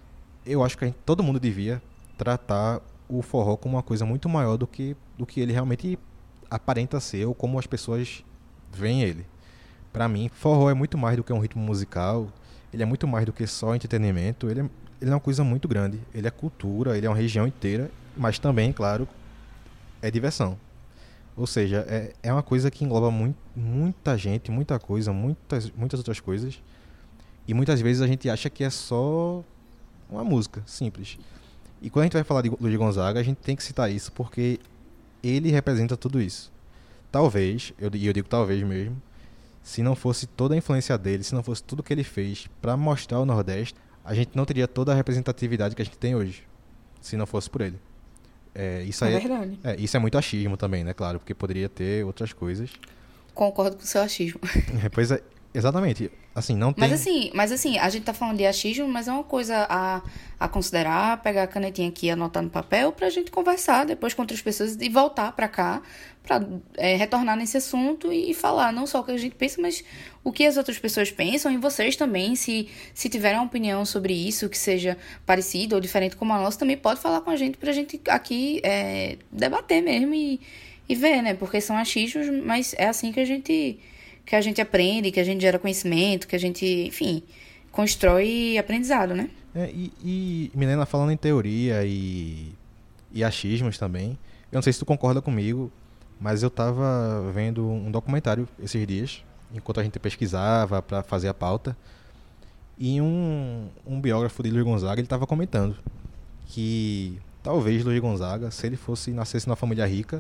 eu acho que a gente, todo mundo devia tratar o forró como uma coisa muito maior do que, do que ele realmente aparenta ser, ou como as pessoas veem ele. Pra mim, forró é muito mais do que um ritmo musical, ele é muito mais do que só entretenimento, ele é, ele é uma coisa muito grande, ele é cultura, ele é uma região inteira, mas também, claro, é diversão. Ou seja, é, é uma coisa que engloba muito, muita gente, muita coisa, muitas, muitas outras coisas, e muitas vezes a gente acha que é só uma música, simples. E quando a gente vai falar de Luiz Gonzaga, a gente tem que citar isso, porque ele representa tudo isso. Talvez, eu, e eu digo talvez mesmo, se não fosse toda a influência dele, se não fosse tudo que ele fez para mostrar o Nordeste, a gente não teria toda a representatividade que a gente tem hoje, se não fosse por ele. É, isso É aí verdade. é, isso é muito achismo também, né? Claro, porque poderia ter outras coisas. Concordo com o seu achismo. É, pois é, exatamente. Assim, não tem... Mas assim, mas assim, a gente tá falando de achismo, mas é uma coisa a, a considerar, pegar a canetinha aqui e anotar no papel pra gente conversar depois com outras pessoas e voltar pra cá pra é, retornar nesse assunto e falar não só o que a gente pensa, mas o que as outras pessoas pensam e vocês também, se, se tiverem uma opinião sobre isso, que seja parecida ou diferente como a nossa, também pode falar com a gente pra gente aqui é, debater mesmo e, e ver, né? Porque são achismos, mas é assim que a gente... que a gente aprende, que a gente gera conhecimento, que a gente, enfim, constrói aprendizado, né? É, e, e, Milena, falando em teoria e, e achismos também, eu não sei se tu concorda comigo, mas eu tava vendo um documentário esses dias, enquanto a gente pesquisava para fazer a pauta, e um, um biógrafo de Luiz Gonzaga, ele tava comentando que talvez Luiz Gonzaga, se ele fosse nascesse numa família rica,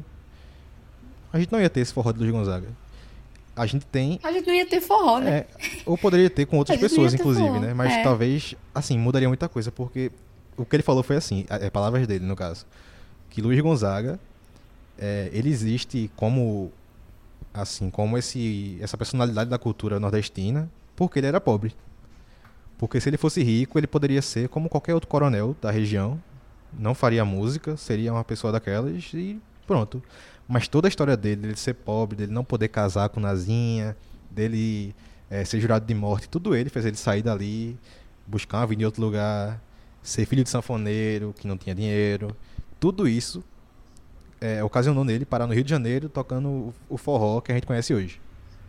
a gente não ia ter esse forró de Luiz Gonzaga. A gente tem... A gente não ia ter forró, né? É, ou poderia ter com outras A gente pessoas, ia ter inclusive, forró, né? Mas é. talvez, assim, mudaria muita coisa, porque o que ele falou foi assim, é palavras dele, no caso, que Luiz Gonzaga, é, ele existe como, assim, como esse, essa personalidade da cultura nordestina, porque ele era pobre. Porque se ele fosse rico, ele poderia ser como qualquer outro coronel da região, não faria música, seria uma pessoa daquelas e pronto. Mas toda a história dele, dele ser pobre, dele não poder casar com Nazinha, dele é, ser jurado de morte, tudo ele fez ele sair dali, buscar uma vida em outro lugar, ser filho de sanfoneiro, que não tinha dinheiro. Tudo isso é, ocasionou nele parar no Rio de Janeiro tocando o, o forró que a gente conhece hoje.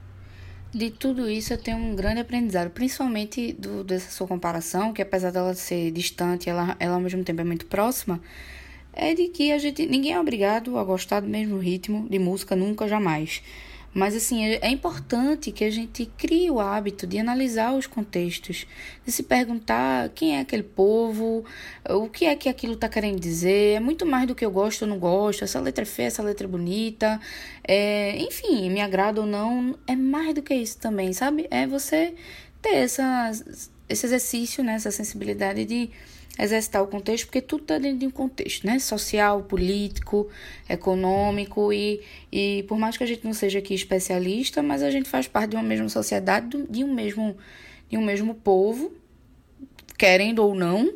De tudo isso eu tenho um grande aprendizado, principalmente do, dessa sua comparação, que apesar dela ser distante, ela, ela ao mesmo tempo é muito próxima, é de que a gente, ninguém é obrigado a gostar do mesmo ritmo de música, nunca, jamais. Mas, assim, é importante que a gente crie o hábito de analisar os contextos, de se perguntar quem é aquele povo, o que é que aquilo está querendo dizer, é muito mais do que eu gosto ou não gosto, essa letra é feia, essa letra é bonita, é, enfim, me agrada ou não, é mais do que isso também, sabe? É você ter essa, esse exercício, né, essa sensibilidade de exercitar o contexto, porque tudo está dentro de um contexto, né? Social, político, econômico e, e por mais que a gente não seja aqui especialista, mas a gente faz parte de uma mesma sociedade, de um mesmo, de um mesmo povo, querendo ou não,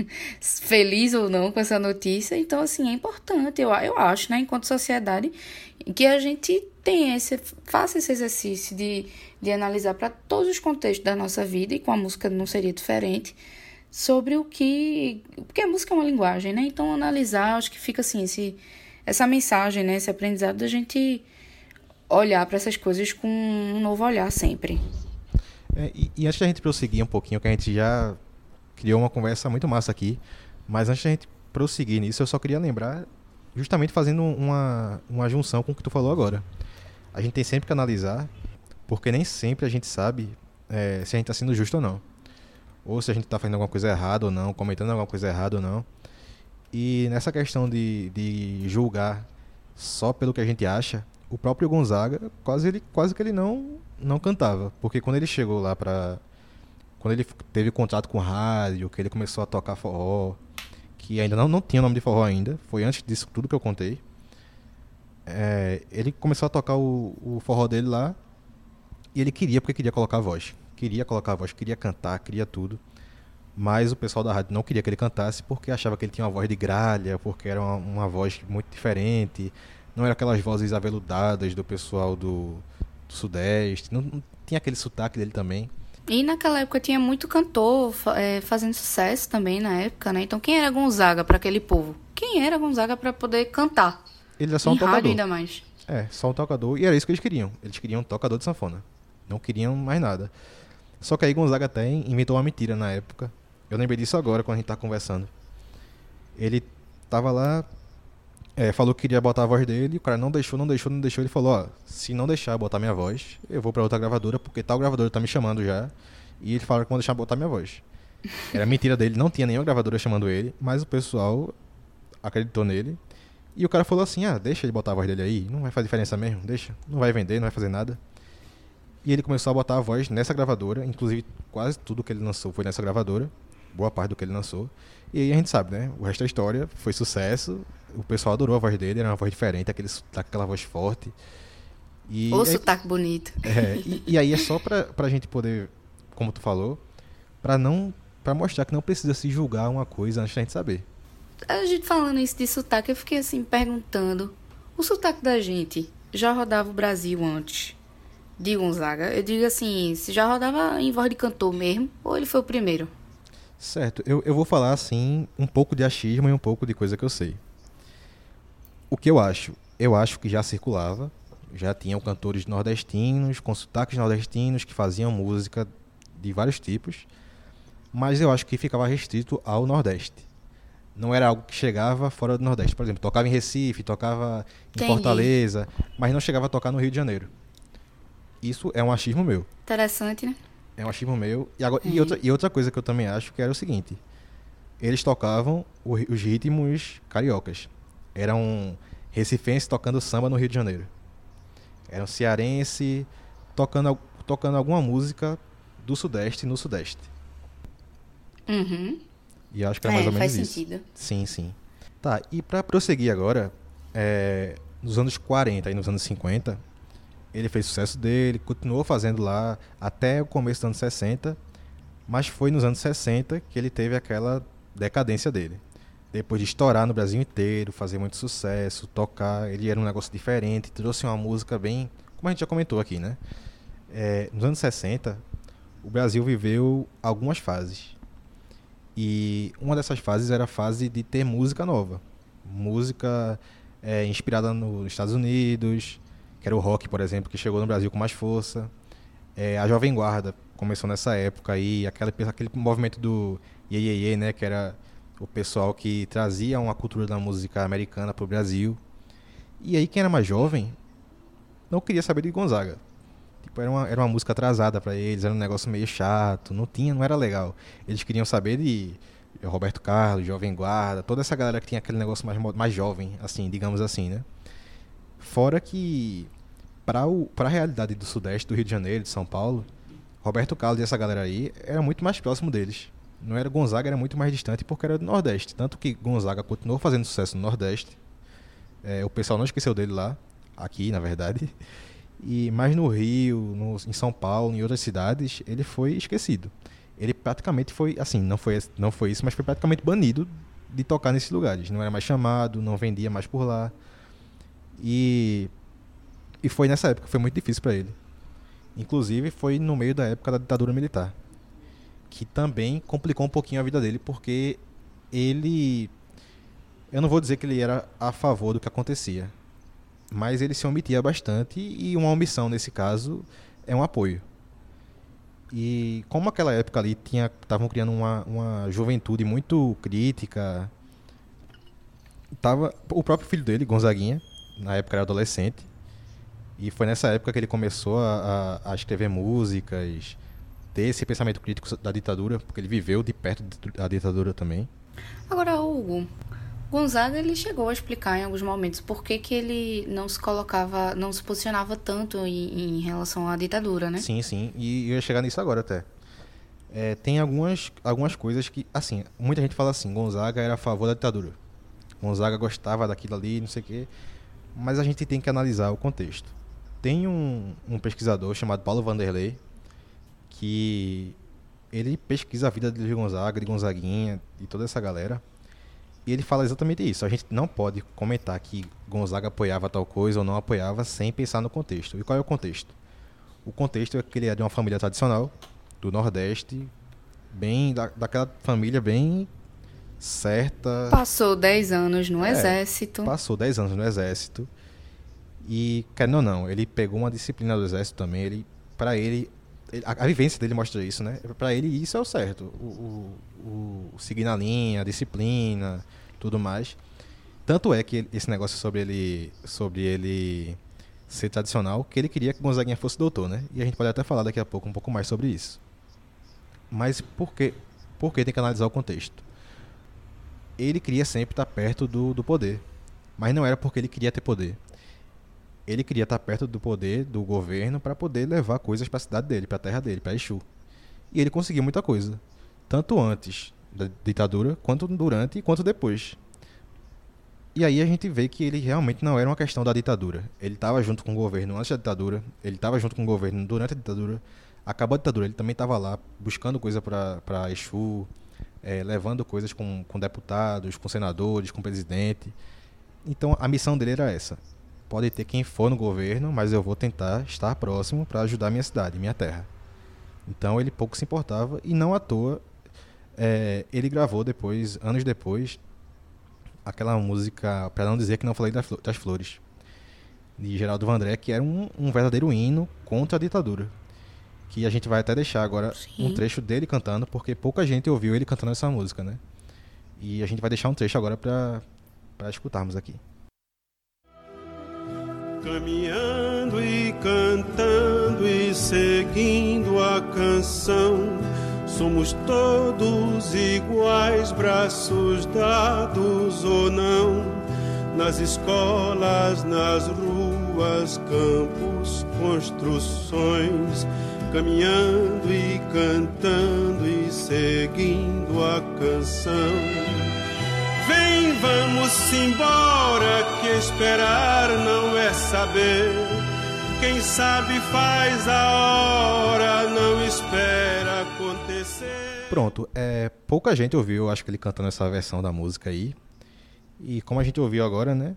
feliz ou não com essa notícia. Então, assim, é importante, eu, eu acho, né? Enquanto sociedade, que a gente tenha esse, faça esse exercício de, de analisar para todos os contextos da nossa vida, e com a música não seria diferente, sobre o que... Porque a música é uma linguagem, né? Então, analisar, acho que fica assim, esse, essa mensagem, né? Esse aprendizado da gente olhar para essas coisas com um novo olhar sempre. É, e, e antes da gente prosseguir um pouquinho, que a gente já criou uma conversa muito massa aqui, mas antes da gente prosseguir nisso, eu só queria lembrar, justamente fazendo uma, uma junção com o que tu falou agora. A gente tem sempre que analisar, porque nem sempre a gente sabe é, se a gente está sendo justo ou não. Ou se a gente está fazendo alguma coisa errada ou não, comentando alguma coisa errada ou não. E nessa questão de, de julgar só pelo que a gente acha, o próprio Gonzaga, quase, ele, quase que ele não, não cantava. Porque quando ele chegou lá para... Quando ele teve contato com rádio, que ele começou a tocar forró, que ainda não, não tinha nome de forró ainda, foi antes disso tudo que eu contei. É, ele começou a tocar o, o forró dele lá, e ele queria, porque queria colocar a voz. Queria colocar a voz, queria cantar, queria tudo. Mas o pessoal da rádio não queria que ele cantasse porque achava que ele tinha uma voz de gralha, porque era uma, uma voz muito diferente. Não era aquelas vozes aveludadas do pessoal do, do Sudeste. Não, não tinha aquele sotaque dele também. E naquela época tinha muito cantor é, fazendo sucesso também na época, né? Então quem era Gonzaga para aquele povo? Quem era Gonzaga para poder cantar? Ele era só um em tocador. rádio ainda mais. É, só um tocador. E era isso que eles queriam. Eles queriam um tocador de sanfona. Não queriam mais nada. Só que aí Gonzaga até inventou uma mentira na época. Eu lembrei disso agora, quando a gente tá conversando. Ele tava lá, é, falou que queria botar a voz dele, o cara não deixou, não deixou, não deixou. Ele falou, ó, se não deixar botar minha voz, eu vou pra outra gravadora, porque tal gravadora tá me chamando já. E ele falou que vão deixar botar minha voz. Era mentira dele, não tinha nenhuma gravadora chamando ele, mas o pessoal acreditou nele. E o cara falou assim, ah, deixa ele botar a voz dele aí, não vai fazer diferença mesmo, deixa, não vai vender, não vai fazer nada. E ele começou a botar a voz nessa gravadora, inclusive quase tudo que ele lançou foi nessa gravadora, boa parte do que ele lançou. E aí a gente sabe, né, o resto da história foi sucesso, o pessoal adorou a voz dele, era uma voz diferente, aquele, aquela voz forte. E O aí, sotaque bonito. é, e, e aí é só pra, pra gente poder, como tu falou, pra, não, pra mostrar que não precisa se julgar uma coisa antes da gente saber. A gente falando isso de sotaque, eu fiquei assim perguntando, o sotaque da gente já rodava o Brasil antes de Gonzaga? Eu digo assim, se já rodava em voz de cantor mesmo, ou ele foi o primeiro? Certo, eu, eu vou falar assim um pouco de achismo e um pouco de coisa que eu sei. O que eu acho? Eu acho que já circulava, já tinham cantores nordestinos, com sotaques nordestinos, que faziam música de vários tipos, mas eu acho que ficava restrito ao Nordeste. Não era algo que chegava fora do Nordeste. Por exemplo, tocava em Recife, tocava em Entendi. Fortaleza, mas não chegava a tocar no Rio de Janeiro. Isso é um achismo meu. Interessante, né? É um achismo meu. E, agora, e, Uhum. outra, e outra coisa que eu também acho que era o seguinte. Eles tocavam o, os ritmos cariocas. Era um recifense tocando samba no Rio de Janeiro. Era um cearense tocando, tocando alguma música do Sudeste no Sudeste. Uhum. E eu acho que era mais É, ou menos faz isso. sentido. Sim, sim. Tá, e pra prosseguir agora, é, nos anos quarenta e nos anos cinquenta, ele fez sucesso dele, continuou fazendo lá até o começo dos anos sessenta, mas foi nos anos sessenta que ele teve aquela decadência dele. Depois de estourar no Brasil inteiro, fazer muito sucesso, tocar, ele era um negócio diferente, trouxe uma música bem, como a gente já comentou aqui, né? É, nos anos sessenta, o Brasil viveu algumas fases. E uma dessas fases era a fase de ter música nova. Música é, inspirada nos Estados Unidos, que era o rock, por exemplo, que chegou no Brasil com mais força. É, a Jovem Guarda começou nessa época aí, aquele, aquele movimento do Iê, Iê, Iê, né, que era o pessoal que trazia uma cultura da música americana para o Brasil. E aí quem era mais jovem não queria saber de Gonzaga. Tipo, era uma, era uma música atrasada para eles, era um negócio meio chato, não tinha, não era legal. Eles queriam saber de Roberto Carlos, Jovem Guarda, toda essa galera que tinha aquele negócio mais, mais jovem, assim, digamos assim, né? Fora que, para a realidade do Sudeste, do Rio de Janeiro, de São Paulo, Roberto Carlos e essa galera aí era muito mais próximo deles. Não era Gonzaga, era muito mais distante porque era do Nordeste. Tanto que Gonzaga continuou fazendo sucesso no Nordeste. É, o pessoal não esqueceu dele lá, aqui, na verdade. E mais no Rio, no, em São Paulo, em outras cidades, ele foi esquecido. Ele praticamente foi, assim, não foi, não foi isso, mas foi praticamente banido de tocar nesses lugares. Não era mais chamado, não vendia mais por lá. E, e foi nessa época, foi muito difícil para ele. Inclusive, foi no meio da época da ditadura militar, que também complicou um pouquinho a vida dele, porque ele... Eu não vou dizer que ele era a favor do que acontecia, mas ele se omitia bastante, e uma omissão, nesse caso, é um apoio. E como aquela época ali estavam criando uma, uma juventude muito crítica, tava, o próprio filho dele, Gonzaguinha, na época era adolescente, e foi nessa época que ele começou a, a, a escrever músicas, ter esse pensamento crítico da ditadura, porque ele viveu de perto da ditadura também. Agora, Hugo, Gonzaga, ele chegou a explicar em alguns momentos por que que ele não se colocava, não se posicionava tanto em, em relação à ditadura, né? Sim, sim, e eu ia chegar nisso agora até. É, tem algumas, algumas coisas que, assim, muita gente fala assim, Gonzaga era a favor da ditadura. Gonzaga gostava daquilo ali, não sei o quê, mas a gente tem que analisar o contexto. Tem um, um pesquisador chamado Paulo Vanderlei, que ele pesquisa a vida de Gonzaga, de Gonzaguinha, de toda essa galera, e ele fala exatamente isso. A gente não pode comentar que Gonzaga apoiava tal coisa ou não apoiava sem pensar no contexto. E qual é o contexto? O contexto é que ele é de uma família tradicional, do Nordeste, bem da, daquela família bem certa. Passou dez anos no É, exército. Passou dez anos no exército. E, querendo ou não, ele pegou uma disciplina do exército também. Ele, para ele, ele- a, a vivência dele mostra isso, né? Para ele, isso é o certo. O, o, o seguir na linha, a disciplina, tudo mais. Tanto é que ele- esse negócio sobre ele, sobre ele ser tradicional, que ele queria que Gonzaguinha fosse doutor, né? E a gente pode até falar daqui a pouco um pouco mais sobre isso. Mas por quê? Porque tem que analisar o contexto. Ele queria sempre estar perto do, do poder. Mas não era porque ele queria ter poder. Ele queria estar perto do poder do governo para poder levar coisas para a cidade dele, para a terra dele, para Exu. E ele conseguiu muita coisa. Tanto antes da ditadura, quanto durante e quanto depois. E aí a gente vê que ele realmente não era uma questão da ditadura. Ele estava junto com o governo antes da ditadura, ele estava junto com o governo durante a ditadura. Acabou a ditadura, ele também estava lá buscando coisa para Exu, eh, levando coisas com, com deputados, com senadores, com presidente. Então a missão dele era essa. Pode ter quem for no governo, mas eu vou tentar estar próximo para ajudar minha cidade, minha terra. Então ele pouco se importava e não à toa eh, ele gravou depois, anos depois, aquela música, para não dizer que não falei das Flo- das flores, de Geraldo Vandré, que era um, um verdadeiro hino contra a ditadura. Que a gente vai até deixar agora Sim. um trecho dele cantando, porque pouca gente ouviu ele cantando essa música, né? E a gente vai deixar um trecho agora para para escutarmos aqui. Caminhando e cantando e seguindo a canção, somos todos iguais, braços dados ou não, nas escolas, nas ruas, campos, construções, caminhando e cantando e seguindo a canção. Vem, vamos embora, que esperar não é saber. Quem sabe faz a hora, não espera acontecer. Pronto, é, pouca gente ouviu, eu acho que ele cantando essa versão da música aí. E como a gente ouviu agora, né?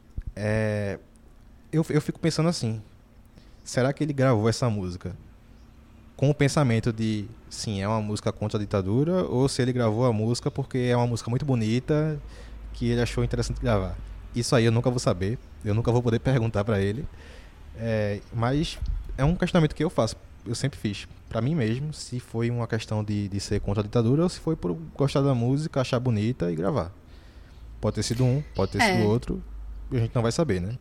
É, eu, eu fico pensando assim, será que ele gravou essa música com o pensamento de, sim, é uma música contra a ditadura, ou se ele gravou a música porque é uma música muito bonita que ele achou interessante gravar? Isso aí eu nunca vou saber, eu nunca vou poder perguntar pra ele. É, mas é um questionamento que eu faço, eu sempre fiz pra mim mesmo, se foi uma questão de, de ser contra a ditadura ou se foi por gostar da música, achar bonita e gravar. Pode ter sido um, pode ter É. sido outro, e a gente não vai saber, né?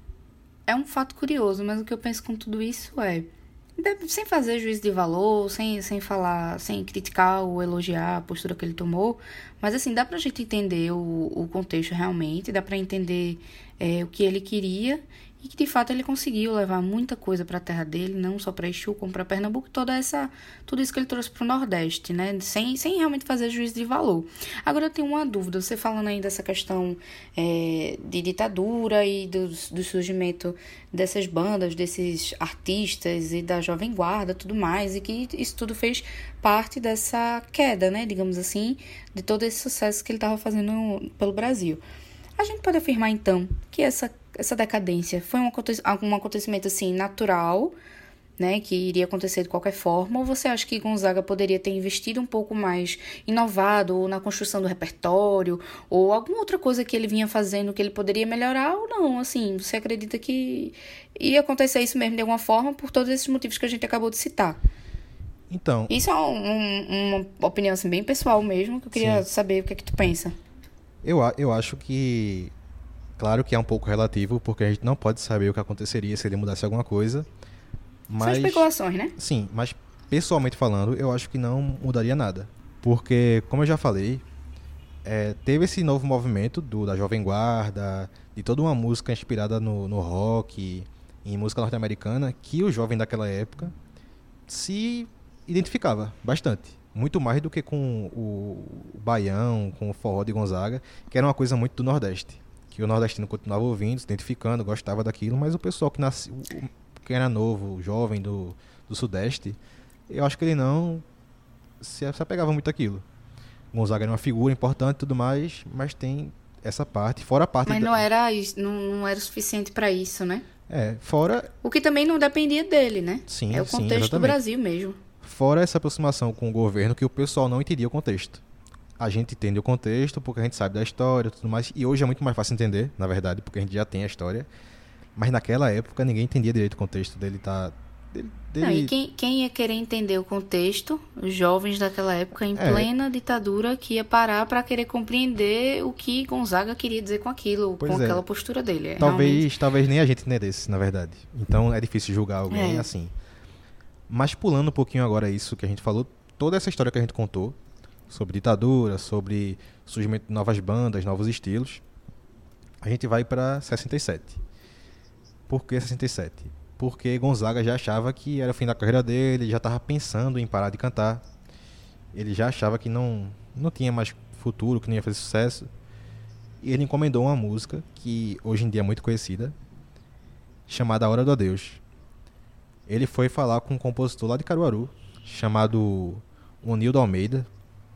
É um fato curioso, mas o que eu penso com tudo isso é, deve- sem fazer juízo de valor, sem, sem falar, sem criticar ou elogiar a postura que ele tomou, mas assim, dá pra gente entender o, o contexto realmente, dá pra entender é, o que ele queria e que de fato ele conseguiu levar muita coisa pra terra dele, não só pra Exu, como pra Pernambuco, toda essa, tudo isso que ele trouxe pro Nordeste, né, sem, sem realmente fazer juízo de valor. Agora eu tenho uma dúvida, você falando aí dessa questão é, de ditadura e do, do surgimento dessas bandas, desses artistas e da Jovem Guarda, tudo mais, e que isso tudo fez parte dessa queda, né, digamos assim, de todo esse sucesso que ele estava fazendo pelo Brasil. A gente pode afirmar, então, que essa, essa decadência foi um, aconte- um acontecimento, assim, natural, né, que iria acontecer de qualquer forma, ou você acha que Gonzaga poderia ter investido um pouco mais, inovado, ou na construção do repertório, ou alguma outra coisa que ele vinha fazendo que ele poderia melhorar, ou não, assim, você acredita que ia acontecer isso mesmo de alguma forma por todos esses motivos que a gente acabou de citar? Então, Isso é um- um- uma opinião, assim, bem pessoal mesmo, que eu queria Sim. saber o que é que tu pensa. eu, a- eu acho que, claro que é um pouco relativo, porque a gente não pode saber o que aconteceria se ele mudasse alguma coisa, São mas... especulações, né? Sim, mas pessoalmente falando, eu acho que não mudaria nada. Porque, como eu já falei, é, teve esse novo movimento do, da Jovem Guarda, de toda uma música inspirada no, no rock, em música norte-americana, que o jovem daquela época se identificava bastante. Muito mais do que com o, o baião, com o forró de Gonzaga, que era uma coisa muito do Nordeste. Que o nordestino continuava ouvindo, se identificando, gostava daquilo, mas o pessoal que nasce, o- o- quem era novo, jovem do, do Sudeste, eu acho que ele não se, se apegava muito àquilo. Gonzaga era uma figura importante e tudo mais, mas tem essa parte, fora a parte... Mas da- não era, isso- não, não era o suficiente pra isso, né? É, fora... O que também não dependia dele, né? Sim, é o sim, contexto do exatamente. Brasil mesmo. Fora essa aproximação com o governo que o pessoal não entendia o contexto. A gente entende o contexto porque a gente sabe da história e tudo mais. E hoje é muito mais fácil entender, na verdade, porque a gente já tem a história. Mas naquela época ninguém entendia direito o contexto dele tá... Dele, dele... Não, e quem, quem ia querer entender o contexto? Os jovens daquela época, em É. plena ditadura, que ia parar para querer compreender o que Gonzaga queria dizer com aquilo, Pois com é. aquela postura dele. É, Talvez, realmente- talvez nem a gente entendesse, na verdade. Então é difícil julgar alguém É. assim. Mas pulando um pouquinho agora isso que a gente falou, toda essa história que a gente contou, sobre ditadura, sobre surgimento de novas bandas, novos estilos, a gente vai para sessenta e sete. Por que sessenta e sete? Porque Gonzaga já achava que era o fim da carreira dele, já estava pensando em parar de cantar. Ele já achava que não, não tinha mais futuro, que não ia fazer sucesso. E ele encomendou uma música que hoje em dia é muito conhecida, chamada A Hora do Adeus. Ele foi falar com um compositor lá de Caruaru, chamado Onildo Almeida,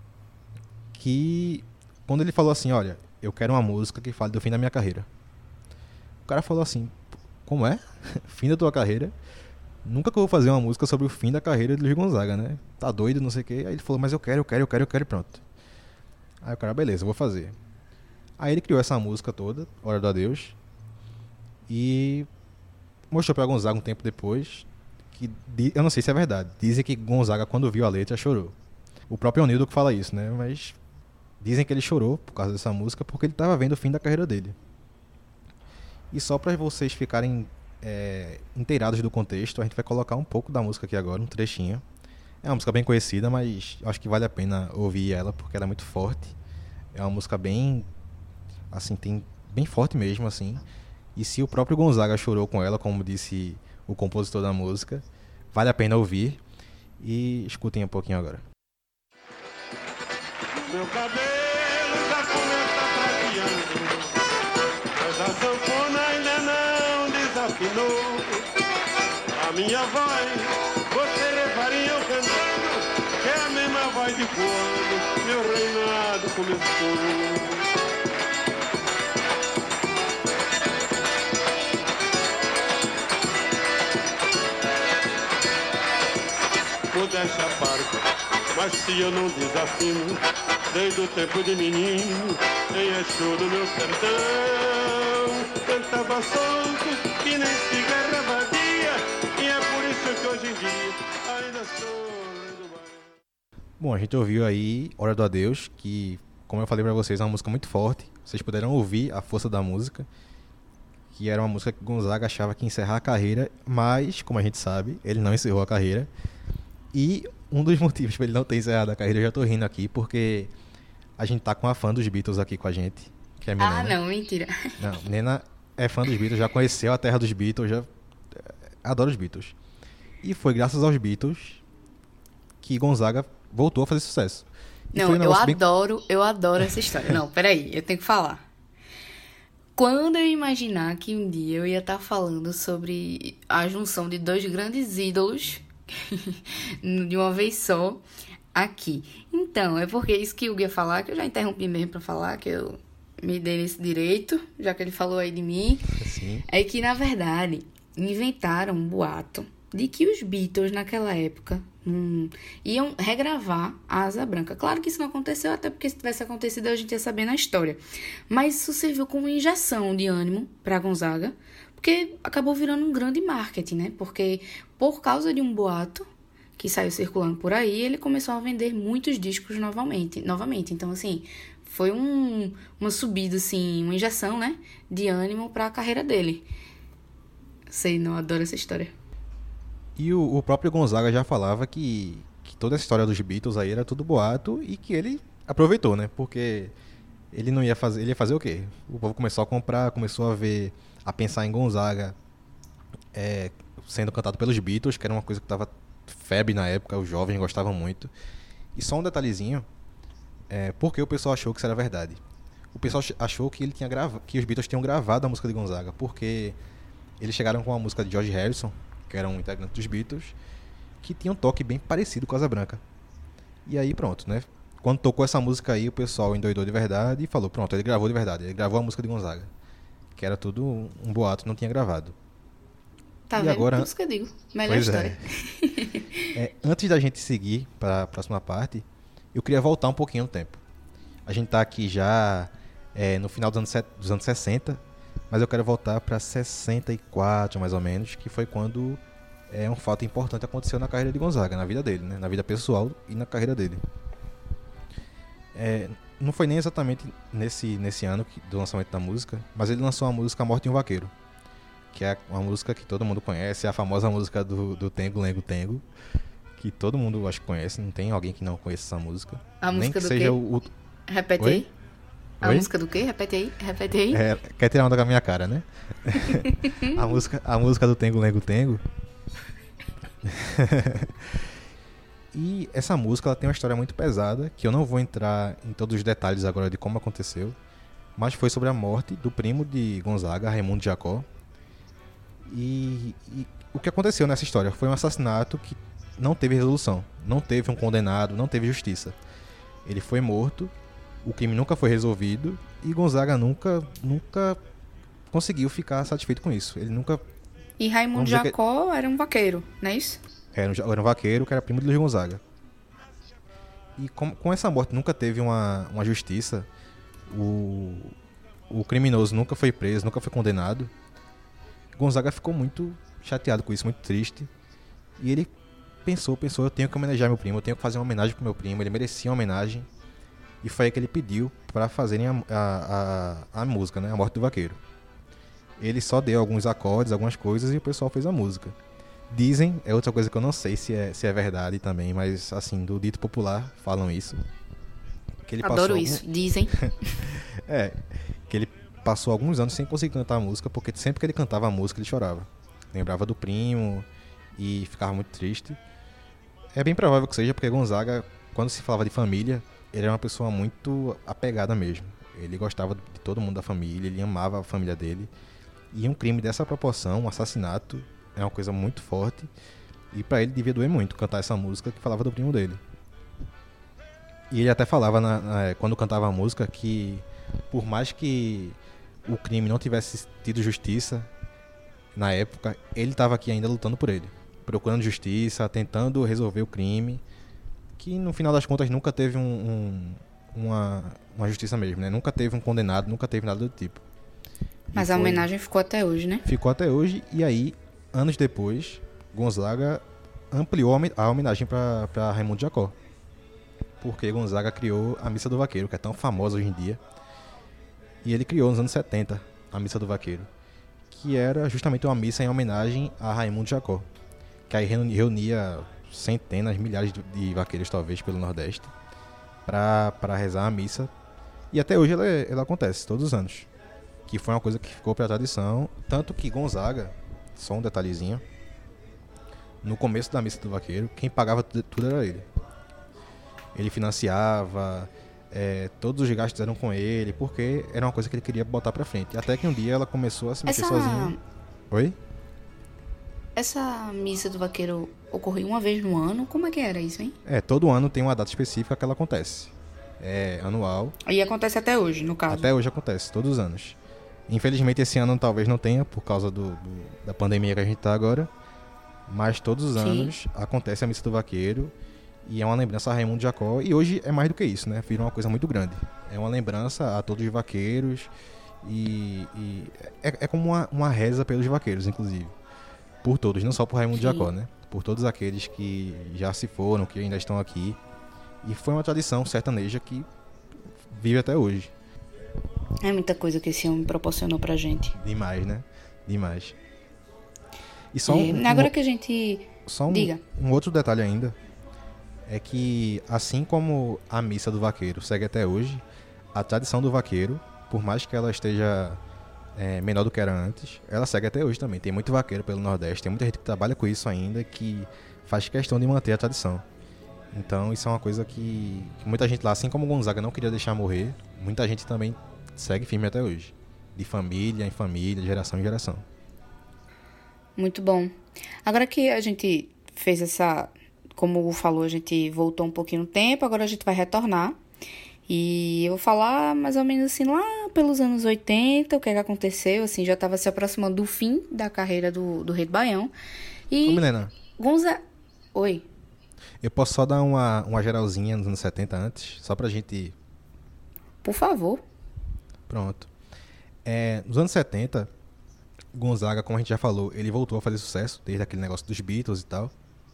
que quando ele falou assim, olha, eu quero uma música que fale do fim da minha carreira. O cara falou assim, como é? Fim da tua carreira? Nunca que eu vou fazer uma música sobre o fim da carreira de Luiz Gonzaga, né? Tá doido, não sei o quê. Aí ele falou, mas eu quero, eu quero, eu quero, eu quero e pronto. Aí o cara, beleza, eu vou fazer. Aí ele criou essa música toda, Hora do Adeus, e mostrou pra Gonzaga um tempo depois, que eu não sei se é verdade, dizem que Gonzaga, quando viu a letra, chorou. O próprio Onildo que fala isso, né? Mas dizem que ele chorou por causa dessa música, porque ele estava vendo o fim da carreira dele. E só para vocês ficarem é, inteirados do contexto, a gente vai colocar um pouco da música aqui agora, um trechinho. É uma música bem conhecida, mas acho que vale a pena ouvir ela, porque ela é muito forte. É uma música bem, assim, tem bem forte mesmo, assim. E se o próprio Gonzaga chorou com ela, como disse o compositor da música, vale a pena ouvir. E escutem um pouquinho agora. Meu cabelo já começa prateando, mas a sanfona ainda não desafinou. A minha voz, você levariam cantando, que é a mesma voz de quando meu reinado começou. Modéstia à parte, mas se eu não desafino, desde o tempo de menino, em Exu do meu sertão, cantava solto, que nem cigarra vadia, e é por isso que hoje em dia ainda sou rei do bairro. Bom, a gente ouviu aí Hora do Adeus, que, como eu falei pra vocês, é uma música muito forte. Vocês puderam ouvir a força da música, que era uma música que Gonzaga achava que ia encerrar a carreira, mas, como a gente sabe, ele não encerrou a carreira. E um dos motivos para ele não ter encerrado a carreira, eu já tô rindo aqui, porque a gente tá com a fã dos Beatles aqui com a gente, que é a Milena. Ah, não, mentira. Não, Nena é fã dos Beatles, já conheceu a terra dos Beatles, já adora os Beatles. E foi graças aos Beatles que Gonzaga voltou a fazer sucesso. E Não, foi um eu negócio bem- adoro, eu adoro essa história. Não, peraí, eu tenho que falar. Quando eu imaginar que um dia eu ia estar falando sobre a junção de dois grandes ídolos de uma vez só aqui. Então, é porque isso que eu ia falar, que eu já interrompi mesmo pra falar, que eu me dei esse direito, já que ele falou aí de mim, Assim. é que, na verdade, inventaram um boato de que os Beatles, naquela época, hum, iam regravar a Asa Branca. Claro que isso não aconteceu, até porque se tivesse acontecido a gente ia saber na história. Mas isso serviu como injeção de ânimo para Gonzaga, porque acabou virando um grande marketing, né? Porque por causa de um boato que saiu circulando por aí, ele começou a vender muitos discos novamente. novamente. Então, assim, foi um, uma subida, assim, uma injeção, né? De ânimo para a carreira dele. Sei, não, adoro essa história. E o, o próprio Gonzaga já falava que, que toda essa história dos Beatles aí era tudo boato e que ele aproveitou, né? Porque ele não ia fazer... Ele ia fazer o quê? O povo começou a comprar, começou a ver... A pensar em Gonzaga é, sendo cantado pelos Beatles, que era uma coisa que tava febre na época, os jovens gostavam muito. E só um detalhezinho, é, porque o pessoal achou que isso era verdade. O pessoal achou que, ele tinha grava, que os Beatles tinham gravado a música de Gonzaga, porque eles chegaram com uma música de George Harrison, que era um integrante dos Beatles, que tinha um toque bem parecido com a Asa Branca. E aí pronto, né? Quando tocou essa música aí, o pessoal endoidou de verdade e falou, pronto, ele gravou de verdade, ele gravou a música de Gonzaga. Que era tudo um boato, não tinha gravado. Tá E vendo? agora... Por isso que eu digo. Melhor Pois história. é. É, antes da gente seguir para a próxima parte, eu queria voltar um pouquinho no tempo. A gente está aqui já é, no final dos anos, dos anos sessenta, mas eu quero voltar para sessenta e quatro, mais ou menos, que foi quando é, um fato importante aconteceu na carreira de Gonzaga, na vida dele, né? Na vida pessoal e na carreira dele. É, não foi nem exatamente nesse, nesse ano que, do lançamento da música, mas ele lançou a música A Morte de um Vaqueiro, que é uma música que todo mundo conhece, é a famosa música do, do Tengo, Lengo, Tengo, que todo mundo acho que conhece, não tem alguém que não conheça essa música. A nem música que do seja quê? o, o... Repete Oi? aí. A Oi? música do quê? Repete aí, repete aí. É, quer tirar onda com a minha cara, né? a, música, a música do Tengo, Lengo, Tengo. E essa música ela tem uma história muito pesada, que eu não vou entrar em todos os detalhes agora de como aconteceu, mas foi sobre a morte do primo de Gonzaga, Raimundo Jacó. E, e o que aconteceu nessa história foi um assassinato que não teve resolução, não teve um condenado, não teve justiça. Ele foi morto, o crime nunca foi resolvido e Gonzaga nunca, nunca conseguiu ficar satisfeito com isso. Ele nunca... E Raimundo Vamos dizer que- Jacó era um vaqueiro, não é isso? Era um, era um vaqueiro que era primo de Luiz Gonzaga. E com, com essa morte nunca teve uma, uma justiça. O, o criminoso nunca foi preso, nunca foi condenado. Gonzaga ficou muito chateado com isso, muito triste. E ele pensou, pensou, eu tenho que homenagear meu primo, eu tenho que fazer uma homenagem pro meu primo, ele merecia uma homenagem. E foi aí que ele pediu para fazerem a, a, a, a música, né? A Morte do Vaqueiro. Ele só deu alguns acordes, algumas coisas e o pessoal fez a música. Dizem, é outra coisa que eu não sei se é, se é verdade também, mas assim, do dito popular falam isso. Que ele Adoro passou isso, algum- dizem. É, que ele passou alguns anos sem conseguir cantar a música, porque sempre que ele cantava a música ele chorava. Lembrava do primo e ficava muito triste. É bem provável que seja, porque Gonzaga, quando se falava de família, ele era uma pessoa muito apegada mesmo. Ele gostava de todo mundo da família, ele amava a família dele. E um crime dessa proporção, um assassinato, é uma coisa muito forte. E pra ele devia doer muito cantar essa música que falava do primo dele. E ele até falava, na, na- quando cantava a música, que por mais que o crime não tivesse tido justiça na época, ele estava aqui ainda lutando por ele. Procurando justiça, tentando resolver o crime, que no final das contas nunca teve um, um- uma, uma justiça mesmo, né? Nunca teve um condenado, nunca teve nada do tipo. E Mas a foi- homenagem ficou até hoje, né? Ficou até hoje, e aí, anos depois, Gonzaga ampliou a homen- a homenagem para Raimundo Jacó. Porque Gonzaga criou a Missa do Vaqueiro, que é tão famosa hoje em dia. E ele criou nos anos setenta a Missa do Vaqueiro, que era justamente uma missa em homenagem a Raimundo Jacó, que aí reuni- reunia centenas, milhares de, de vaqueiros, talvez, pelo Nordeste, para rezar a missa. E até hoje ela, ela acontece, todos os anos. Que foi uma coisa que ficou para a tradição. Tanto que Gonzaga, só um detalhezinho, no começo da Missa do Vaqueiro, quem pagava tudo tudo era ele. Ele financiava, é, todos os gastos eram com ele, porque era uma coisa que ele queria botar pra frente. Até que um dia ela começou a se mexer Essa- sozinha. Oi? Essa missa do vaqueiro ocorreu uma vez no ano? Como é que era isso, hein? É, todo ano tem uma data específica que ela acontece. É anual. E acontece até hoje, no caso. Até hoje acontece, todos os anos. Infelizmente esse ano talvez não tenha, por causa do, do- da pandemia que a gente tá agora. Mas todos os Sim. anos acontece a Missa do Vaqueiro. E é uma lembrança a Raimundo Jacó. E hoje é mais do que isso, né? Virou uma coisa muito grande. É uma lembrança a todos os vaqueiros. E, e é, é como uma, uma reza pelos vaqueiros, inclusive. Por todos, não só por Raimundo Sim. Jacó, né? Por todos aqueles que já se foram, que ainda estão aqui. E foi uma tradição sertaneja que vive até hoje. É muita coisa que esse homem proporcionou pra gente. Demais, né? Demais. E só E um, agora um, que a gente... só um, diga. um outro detalhe ainda. É que, assim como a missa do vaqueiro segue até hoje, a tradição do vaqueiro, por mais que ela esteja é, menor do que era antes, ela segue até hoje também. Tem muito vaqueiro pelo Nordeste, tem muita gente que trabalha com isso ainda, que faz questão de manter a tradição. Então isso é uma coisa que, que muita gente lá, assim como Gonzaga não queria deixar morrer, muita gente também segue firme até hoje. De família em família, de geração em geração. Muito bom. Agora que a gente fez essa... Como o Hugo falou, a gente voltou um pouquinho no tempo, agora a gente vai retornar. E eu vou falar mais ou menos assim, lá pelos anos oitenta, o que é que aconteceu, assim, já estava se aproximando do fim da carreira do, do Rei do Baião. E Ô Milena, Gonza... Oi. Eu posso só dar uma, uma geralzinha nos anos setenta antes, só pra gente... Por favor. Pronto. É, nos anos setenta, Gonzaga, como a gente já falou, ele voltou a fazer sucesso, desde aquele negócio dos Beatles e tal.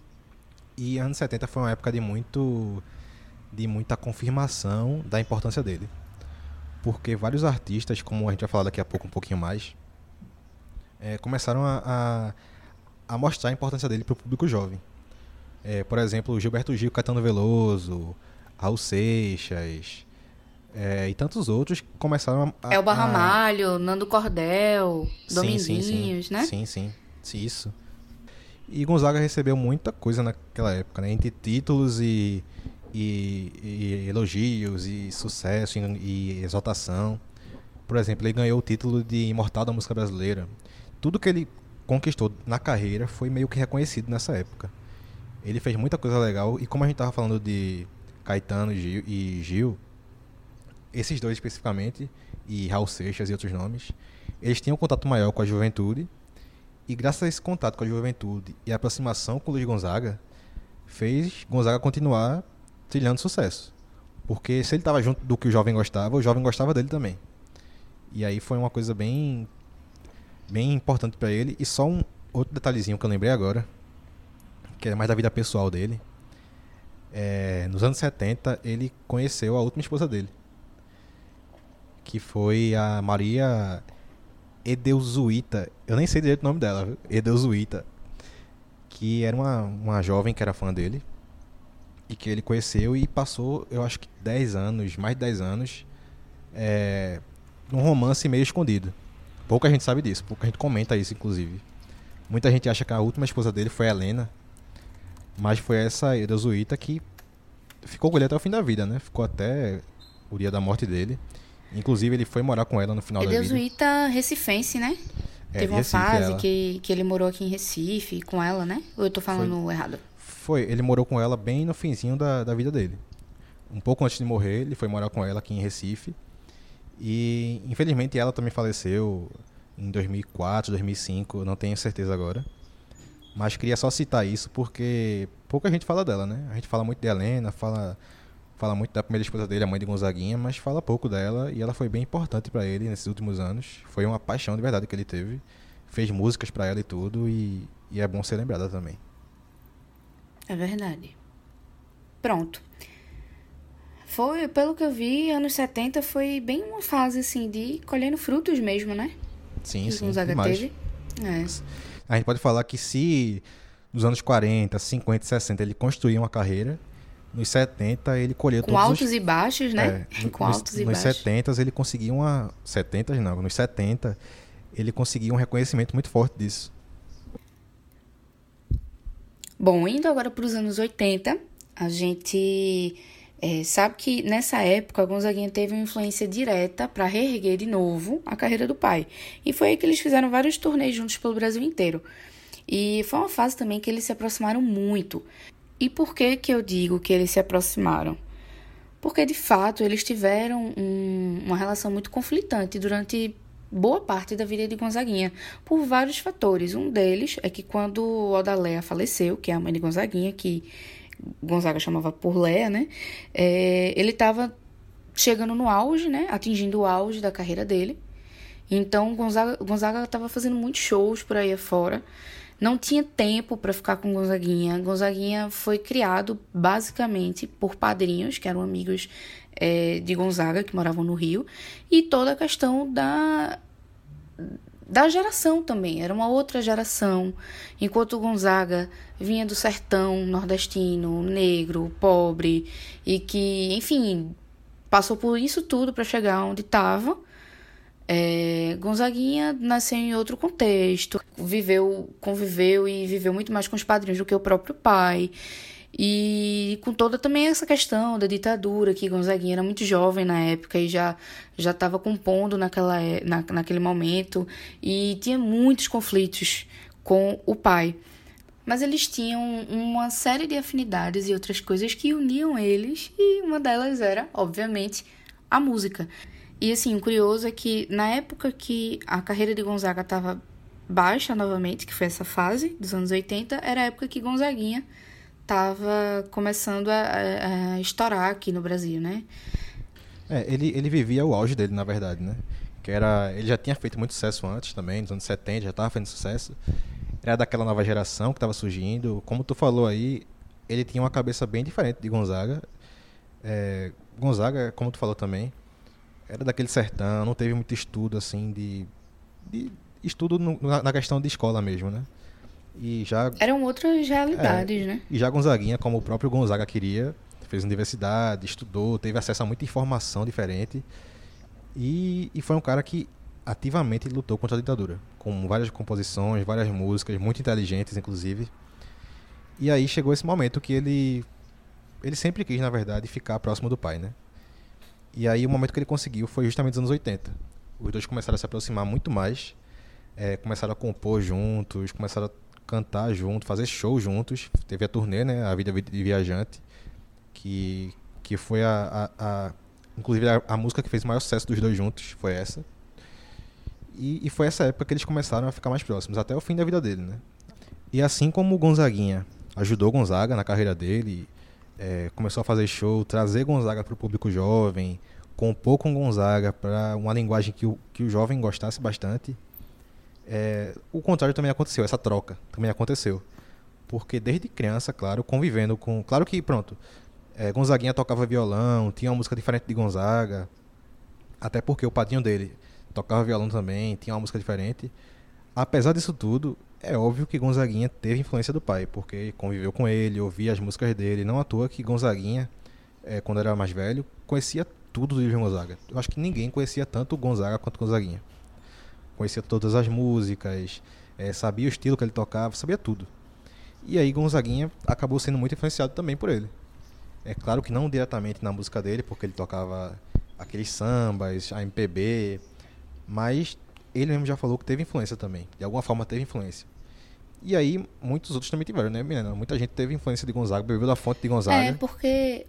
E anos setenta foi uma época de muito... de muita confirmação da importância dele. Porque vários artistas, como a gente vai falar daqui a pouco um pouquinho mais, é, começaram a, a, a mostrar a importância dele para o público jovem. É, por exemplo, Gilberto Gil, Caetano Veloso, Raul Seixas, é, e tantos outros começaram a... a Elba Ramalho, Nando Cordel, sim, Dominguinhos, sim, sim. né? Sim, sim, sim, isso. E Gonzaga recebeu muita coisa naquela época, né? Entre títulos e... E, e elogios, e sucesso, e, e exaltação. Por exemplo, ele ganhou o título de Imortal da Música Brasileira. Tudo que ele conquistou na carreira foi meio que reconhecido nessa época. Ele fez muita coisa legal, e como a gente estava falando de Caetano e Gil, e Gil, esses dois especificamente, e Raul Seixas e outros nomes, eles tinham um contato maior com a juventude, e graças a esse contato com a juventude e a aproximação com o Luiz Gonzaga, fez Gonzaga continuar trilhando sucesso. Porque se ele estava junto do que o jovem gostava, o jovem gostava dele também. E aí foi uma coisa bem bem importante para ele. E só um outro detalhezinho que eu lembrei agora, que é mais da vida pessoal dele. É, nos anos setenta, ele conheceu a última esposa dele, que foi a Maria Edeusuíta. Eu nem sei direito o nome dela, viu? Edeusuíta. Que era uma, uma jovem que era fã dele, e que ele conheceu e passou, eu acho que dez anos, mais de dez anos, é, num romance meio escondido. Pouca gente sabe disso, pouca gente comenta isso, inclusive. Muita gente acha que a última esposa dele foi a Helena, mas foi essa Edeusuíta que ficou com ele até o fim da vida, né? Ficou até o dia da morte dele. Inclusive, ele foi morar com ela no final da vida. Edeusuíta recifense, né? É, Teve uma Recife, fase que, que ele morou aqui em Recife com ela, né? Ou eu tô falando Foi. errado? Foi, ele morou com ela bem no finzinho da, da vida dele. Um pouco antes de morrer, ele foi morar com ela aqui em Recife. E, infelizmente, ela também faleceu em dois mil e quatro, dois mil e cinco, não tenho certeza agora. Mas queria só citar isso porque pouca gente fala dela, né? A gente fala muito de Helena, fala, fala muito da primeira esposa dele, a mãe de Gonzaguinha, mas fala pouco dela, e ela foi bem importante pra ele nesses últimos anos. Foi uma paixão de verdade que ele teve. Fez músicas pra ela e tudo, e, e é bom ser lembrada também. É verdade. Pronto. Foi, pelo que eu vi, anos setenta foi bem uma fase, assim, de colhendo frutos mesmo, né? Sim, que sim, Gonzaga demais. teve. É. A gente pode falar que se nos anos quarenta, cinquenta, sessenta ele construía uma carreira, nos setenta ele colheu Com todos altos os... e baixos, né? É, Com nos, altos e nos baixos. setenta ele conseguiu uma... setenta não, nos setenta ele conseguiu um reconhecimento muito forte disso. Bom, indo agora para os anos oitenta, a gente é, sabe que nessa época Gonzaguinha teve uma influência direta para reerguer de novo a carreira do pai. E foi aí que eles fizeram vários turnês juntos pelo Brasil inteiro. E foi uma fase também que eles se aproximaram muito. E por que que eu digo que eles se aproximaram? Porque, de fato, eles tiveram um, uma relação muito conflitante durante boa parte da vida de Gonzaguinha, por vários fatores. Um deles é que quando Odaléa faleceu, que é a mãe de Gonzaguinha, que Gonzaga chamava por Léa, né? É, ele estava chegando no auge, né? Atingindo o auge da carreira dele. Então, Gonzaga Gonzaga estava fazendo muitos shows por aí afora. Não tinha tempo para ficar com Gonzaguinha. Gonzaguinha foi criado basicamente por padrinhos, que eram amigos é, de Gonzaga, que moravam no Rio. E toda a questão da, da geração também. Era uma outra geração. Enquanto Gonzaga vinha do sertão nordestino, negro, pobre, e que, enfim, passou por isso tudo para chegar onde estava. É, Gonzaguinha nasceu em outro contexto, viveu, conviveu e viveu muito mais com os padrinhos do que o próprio pai, e com toda também essa questão da ditadura, que Gonzaguinha era muito jovem na época e já já estava compondo naquela, na, naquele momento, e tinha muitos conflitos com o pai. Mas eles tinham uma série de afinidades e outras coisas que uniam eles, e uma delas era, obviamente, a música. E assim, o curioso é que na época que a carreira de Gonzaga estava baixa novamente, que foi essa fase dos anos oitenta, era a época que Gonzaguinha estava começando a, a, a estourar aqui no Brasil, né? É, ele, ele vivia o auge dele, na verdade, né? Que era, ele já tinha feito muito sucesso antes também, nos anos setenta, já estava fazendo sucesso. Era daquela nova geração que estava surgindo. Como tu falou aí, ele tinha uma cabeça bem diferente de Gonzaga. É, Gonzaga, como tu falou também, era daquele sertão, não teve muito estudo, assim, de, de estudo no, na, na questão de escola mesmo, né? E já, Eram outras realidades, é, né? E já Gonzaguinha, como o próprio Gonzaga queria, fez universidade, estudou, teve acesso a muita informação diferente. E, e foi um cara que ativamente lutou contra a ditadura, com várias composições, várias músicas, muito inteligentes, inclusive. E aí chegou esse momento que ele ele sempre quis, na verdade, ficar próximo do pai, né? E aí o momento que ele conseguiu foi justamente nos anos oitenta. Os dois começaram a se aproximar muito mais, é, começaram a compor juntos, começaram a cantar juntos, fazer show juntos. Teve a turnê, né? A Vida de Viajante, que, que foi a... a, a inclusive a, a música que fez o maior sucesso dos dois juntos foi essa. E, e foi essa época que eles começaram a ficar mais próximos, até o fim da vida dele, né? E assim como o Gonzaguinha ajudou Gonzaga na carreira dele, é, começou a fazer show, trazer Gonzaga para o público jovem, compor com Gonzaga para uma linguagem que o, que o jovem gostasse bastante, é, o contrário também aconteceu, essa troca também aconteceu. Porque desde criança, claro, convivendo com... Claro que, pronto, é, Gonzaguinha tocava violão, tinha uma música diferente de Gonzaga, até porque o padrinho dele tocava violão também, tinha uma música diferente. Apesar disso tudo, é óbvio que Gonzaguinha teve influência do pai, porque conviveu com ele, ouvia as músicas dele. Não à toa que Gonzaguinha, é, quando era mais velho, conhecia tudo do Luiz Gonzaga. Eu acho que ninguém conhecia tanto o Gonzaga quanto Gonzaguinha. Conhecia todas as músicas, é, sabia o estilo que ele tocava, sabia tudo. E aí Gonzaguinha acabou sendo muito influenciado também por ele. É claro que não diretamente na música dele, porque ele tocava aqueles sambas, a M P B, mas ele mesmo já falou que teve influência também. De alguma forma teve influência. E aí, muitos outros também tiveram, né, menina? Muita gente teve influência de Gonzaga, bebeu da fonte de Gonzaga. É, porque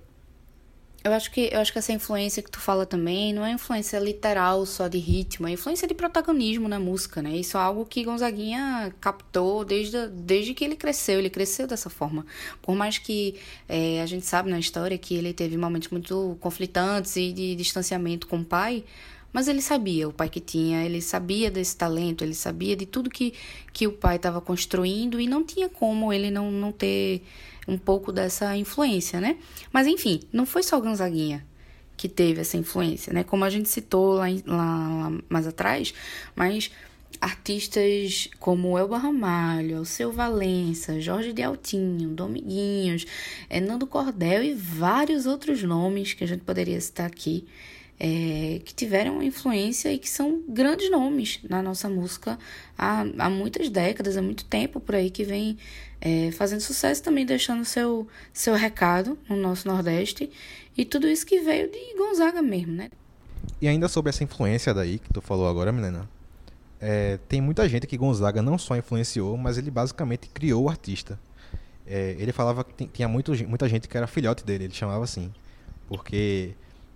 eu acho que, eu acho que essa influência que tu fala também não é influência literal só de ritmo, é influência de protagonismo na música, né? Isso é algo que Gonzaguinha captou desde, desde que ele cresceu, ele cresceu dessa forma. Por mais que é, a gente sabe na história que ele teve momentos muito conflitantes e de distanciamento com o pai, mas ele sabia, o pai que tinha, ele sabia desse talento, ele sabia de tudo que, que o pai estava construindo e não tinha como ele não, não ter um pouco dessa influência, né? Mas, enfim, não foi só Gonzaguinha que teve essa influência, né? Como a gente citou lá, lá, lá mais atrás, mas artistas como Elba Ramalho, Alceu Valença, Jorge de Altinho, Dominguinhos, Nando Cordel e vários outros nomes que a gente poderia citar aqui, É, que tiveram influência e que são grandes nomes na nossa música há, há muitas décadas, há muito tempo por aí, que vem é, fazendo sucesso também, deixando seu, seu recado no nosso Nordeste, e tudo isso que veio de Gonzaga mesmo, né? E ainda sobre essa influência daí que tu falou agora, Milena, é, tem muita gente que Gonzaga não só influenciou, mas ele basicamente criou o artista. É, ele falava que tinha muito, muita gente que era filhote dele, ele chamava assim, porque...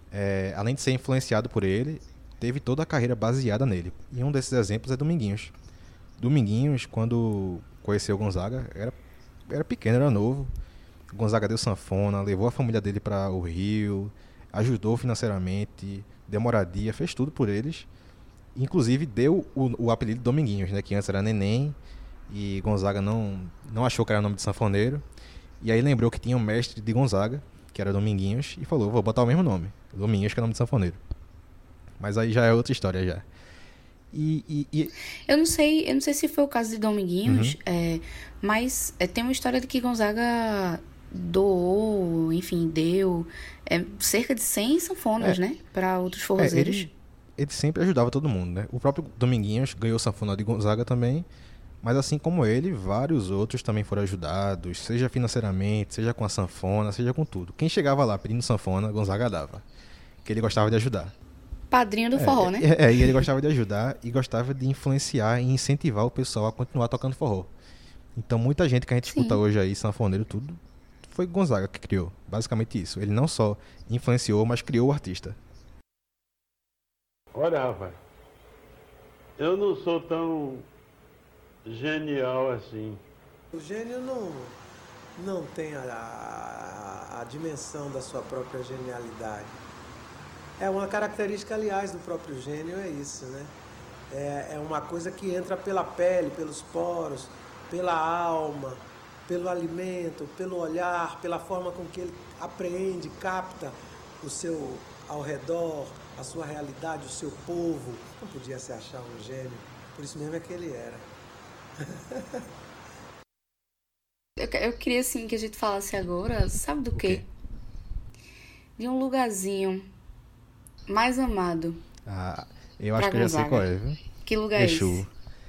É, além de ser influenciado por ele, teve toda a carreira baseada nele. E um desses exemplos é Dominguinhos. Dominguinhos, quando conheceu Gonzaga, era, era pequeno, era novo. Gonzaga deu sanfona, levou a família dele para o Rio, ajudou financeiramente, deu moradia, fez tudo por eles. Inclusive deu o, o apelido Dominguinhos, né, que antes era Neném, e Gonzaga não, não achou que era nome de sanfoneiro. E aí lembrou que tinha um mestre de Gonzaga, que era Dominguinhos, e falou, vou botar o mesmo nome. Dominguinhos, que é o nome de sanfoneiro. Mas aí já é outra história já. E, e, e... Eu não sei, eu não sei se foi o caso de Dominguinhos, Uhum. é, mas é, tem uma história de que Gonzaga doou, enfim, deu é, cerca de cem sanfonas, É. né, para outros É, forrozeiros. ele, ele sempre ajudava todo mundo, né? O próprio Dominguinhos ganhou sanfona de Gonzaga também, mas assim como ele, vários outros também foram ajudados, seja financeiramente, seja com a sanfona, seja com tudo. Quem chegava lá pedindo sanfona, Gonzaga dava, que ele gostava de ajudar. Padrinho do É, forró, né? É, é, e ele gostava de ajudar e gostava de influenciar e incentivar o pessoal a continuar tocando forró. Então muita gente que a gente Sim. escuta hoje aí, sanfoneiro, tudo, foi Gonzaga que criou. Basicamente isso. Ele não só influenciou, mas criou o artista. Olha, rapaz, eu não sou tão genial assim. O gênio não, não tem a, a, a dimensão da sua própria genialidade. É uma característica, aliás, do próprio gênio, é isso, né? É, é uma coisa que entra pela pele, pelos poros, pela alma, pelo alimento, pelo olhar, pela forma com que ele apreende, capta o seu ao redor, a sua realidade, o seu povo. Não podia se achar um gênio, por isso mesmo é que ele era. Eu, eu queria, assim, que a gente falasse agora, sabe do quê? De um lugarzinho mais amado. Ah, eu acho que eu já sei qual é, viu? Que lugar Exu. é esse?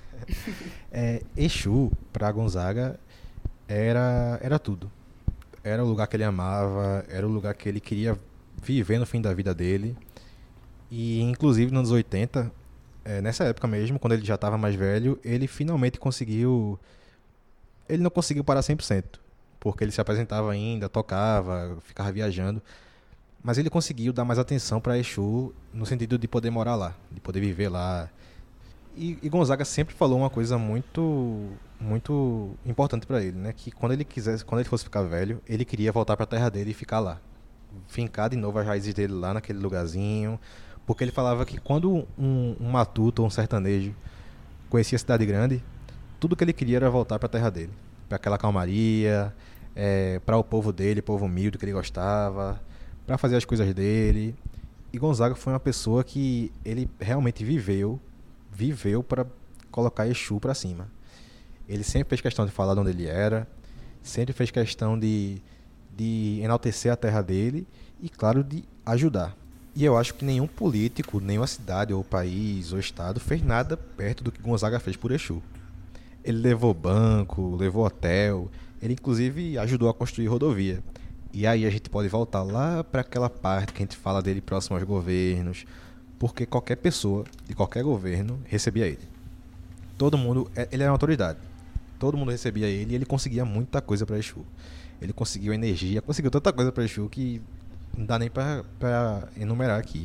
É, Exu, pra Gonzaga, era, era tudo. Era o lugar que ele amava, era o lugar que ele queria viver no fim da vida dele. E, inclusive, nos anos oitenta, é, nessa época mesmo, quando ele já estava mais velho, ele finalmente conseguiu... Ele não conseguiu parar cem por cento, porque ele se apresentava ainda, tocava, ficava viajando. Mas ele conseguiu dar mais atenção para Exu no sentido de poder morar lá, de poder viver lá. E, e Gonzaga sempre falou uma coisa muito, muito importante para ele, né? Que quando ele quisesse, quando ele fosse ficar velho, ele queria voltar para a terra dele e ficar lá, fincar de novo as raízes dele lá naquele lugarzinho, porque ele falava que quando um, um matuto ou um sertanejo conhecia a cidade grande, tudo que ele queria era voltar para a terra dele, para aquela calmaria, é, para o povo dele, povo humilde que ele gostava, para fazer as coisas dele. E Gonzaga foi uma pessoa que ele realmente viveu, viveu para colocar Exu para cima. Ele sempre fez questão de falar de onde ele era, sempre fez questão de, de enaltecer a terra dele e, claro, de ajudar. E eu acho que nenhum político, nenhuma cidade ou país ou estado fez nada perto do que Gonzaga fez por Exu. Ele levou banco, levou hotel, ele inclusive ajudou a construir rodovia. E aí a gente pode voltar lá para aquela parte que a gente fala dele próximo aos governos, porque qualquer pessoa de qualquer governo recebia ele. Todo mundo, ele era uma autoridade. Todo mundo recebia ele e ele conseguia muita coisa para Exu. Ele conseguiu energia, conseguiu tanta coisa para Exu que não dá nem para enumerar aqui.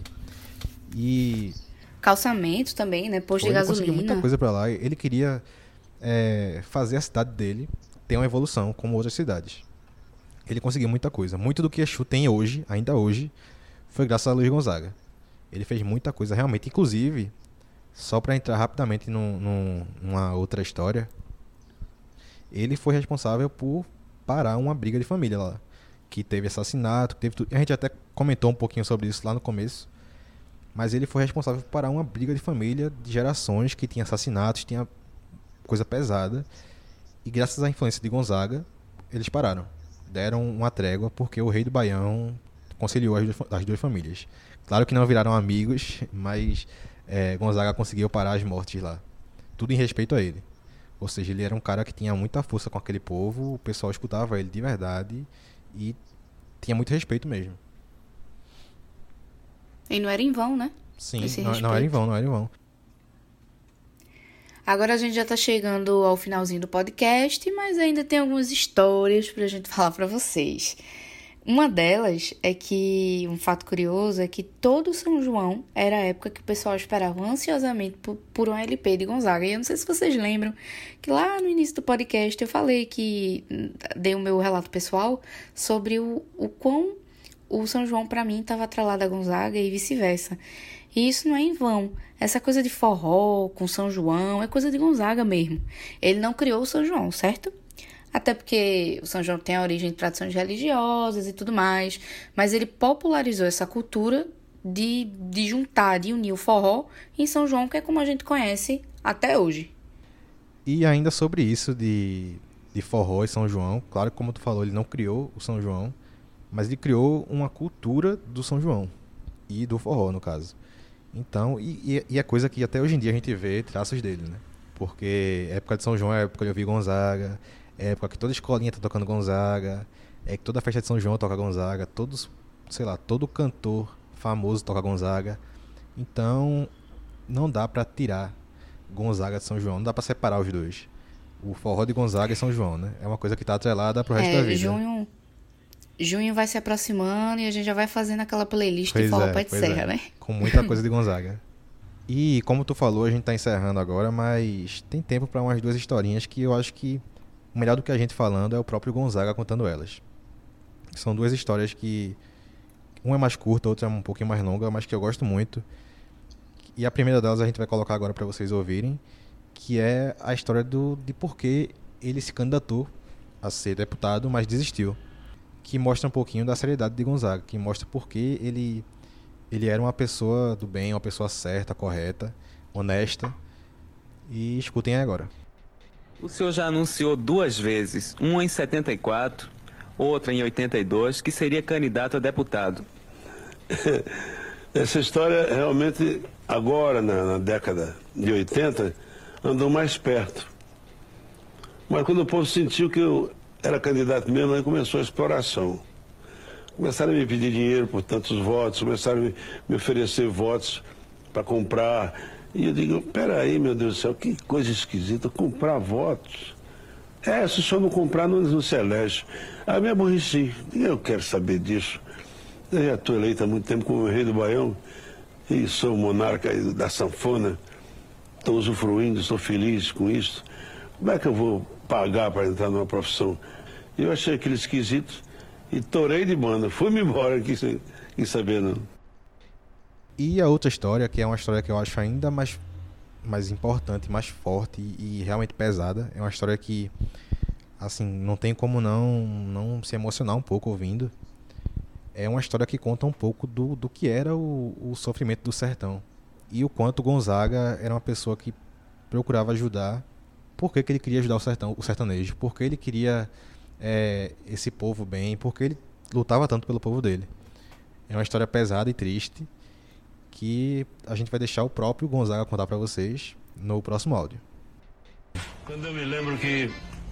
E calçamento também, né? Posto de ele gasolina. Conseguiu muita coisa para lá. Ele queria é, fazer a cidade dele ter uma evolução como outras cidades. Ele conseguiu muita coisa. Muito do que Exu tem hoje, ainda hoje, foi graças a Luiz Gonzaga. Ele fez muita coisa realmente. Inclusive, só para entrar rapidamente num, num, numa outra história, ele foi responsável por parar uma briga de família lá. Que teve assassinato, que teve tudo. A gente até comentou um pouquinho sobre isso lá no começo. Mas ele foi responsável por parar uma briga de família de gerações que tinha assassinatos, tinha coisa pesada. E graças à influência de Gonzaga, eles pararam. Deram uma trégua porque o rei do Baião conciliou as duas, as duas famílias. Claro que não viraram amigos, mas é, Gonzaga conseguiu parar as mortes lá. Tudo em respeito a ele. Ou seja, ele era um cara que tinha muita força com aquele povo, o pessoal escutava ele de verdade e tinha muito respeito mesmo. E não era em vão, né? Sim, não, não era em vão, não era em vão. Agora a gente já tá chegando ao finalzinho do podcast, mas ainda tem algumas histórias pra gente falar pra vocês. Uma delas é que, um fato curioso, é que todo São João era a época que o pessoal esperava ansiosamente por, por um L P de Gonzaga. E eu não sei se vocês lembram que lá no início do podcast eu falei que dei o meu relato pessoal sobre o, o quão o São João pra mim estava atrelado a Gonzaga e vice-versa. E isso não é em vão. Essa coisa de forró com São João é coisa de Gonzaga mesmo. Ele não criou o São João, certo? Até porque o São João tem a origem de tradições religiosas e tudo mais. Mas ele popularizou essa cultura de, de juntar, de unir o forró em São João, que é como a gente conhece até hoje. E ainda sobre isso de, de forró e São João, claro que como tu falou, ele não criou o São João, mas ele criou uma cultura do São João e do forró, no caso. Então, e, e é coisa que até hoje em dia a gente vê traços dele, né? Porque época de São João é época de ouvir Gonzaga, é época que toda escolinha tá tocando Gonzaga, é que toda festa de São João toca Gonzaga, todos, sei lá, todo cantor famoso toca Gonzaga. Então, não dá pra tirar Gonzaga de São João, não dá pra separar os dois. O forró de Gonzaga e São João, né? É uma coisa que tá atrelada pro resto é, da vida. Junho, junho vai se aproximando e a gente já vai fazendo aquela playlist pois de forró é, pé de pois serra, é. né? Com muita coisa de Gonzaga. E como tu falou, a gente tá encerrando agora, mas tem tempo pra umas duas historinhas que eu acho que o melhor do que a gente falando é o próprio Gonzaga contando elas. São duas histórias que... uma é mais curta, a outra é um pouquinho mais longa, mas que eu gosto muito. E a primeira delas a gente vai colocar agora para vocês ouvirem, que é a história do, de por que ele se candidatou a ser deputado, mas desistiu. Que mostra um pouquinho da seriedade de Gonzaga, que mostra por que ele, ele era uma pessoa do bem, uma pessoa certa, correta, honesta. E escutem agora. O senhor já anunciou duas vezes, uma em setenta e quatro, outra em oitenta e dois, que seria candidato a deputado. Essa história realmente, agora, na, na década de oitenta, andou mais perto. Mas quando o povo sentiu que eu era candidato mesmo, aí começou a exploração. Começaram a me pedir dinheiro por tantos votos, começaram a me, me oferecer votos para comprar. E eu digo, peraí, meu Deus do céu, que coisa esquisita, comprar votos. É, se o senhor não comprar, não, não se elege. Aí me aborreci. Eu quero saber disso. Eu já estou eleito há muito tempo como rei do Baião e sou monarca da sanfona. Estou usufruindo, estou feliz com isso. Como é que eu vou pagar para entrar numa profissão? Eu achei aquele esquisito e torei de banda. Fui-me embora, quis, quis saber não. E a outra história, que é uma história que eu acho ainda mais, mais importante, mais forte e, e realmente pesada. É uma história que, assim, não tem como não, não se emocionar um pouco ouvindo. É uma história que conta um pouco do, do que era o, o sofrimento do sertão. E o quanto Gonzaga era uma pessoa que procurava ajudar. Por que que ele queria ajudar o, sertão, o sertanejo? Por que ele queria é, esse povo bem? Por que ele lutava tanto pelo povo dele? É uma história pesada e triste que a gente vai deixar o próprio Gonzaga contar para vocês no próximo áudio. Quando eu me lembro que,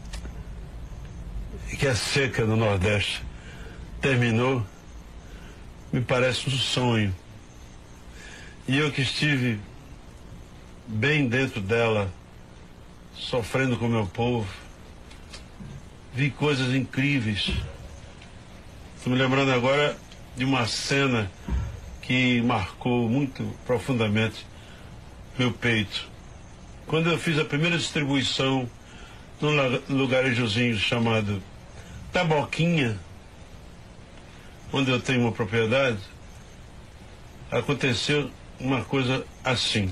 que a seca no Nordeste terminou, me parece um sonho. E eu que estive bem dentro dela, sofrendo com o meu povo, vi coisas incríveis. Estou me lembrando agora de uma cena que marcou muito profundamente meu peito. Quando eu fiz a primeira distribuição num lugarejozinho chamado Taboquinha, onde eu tenho uma propriedade, aconteceu uma coisa assim.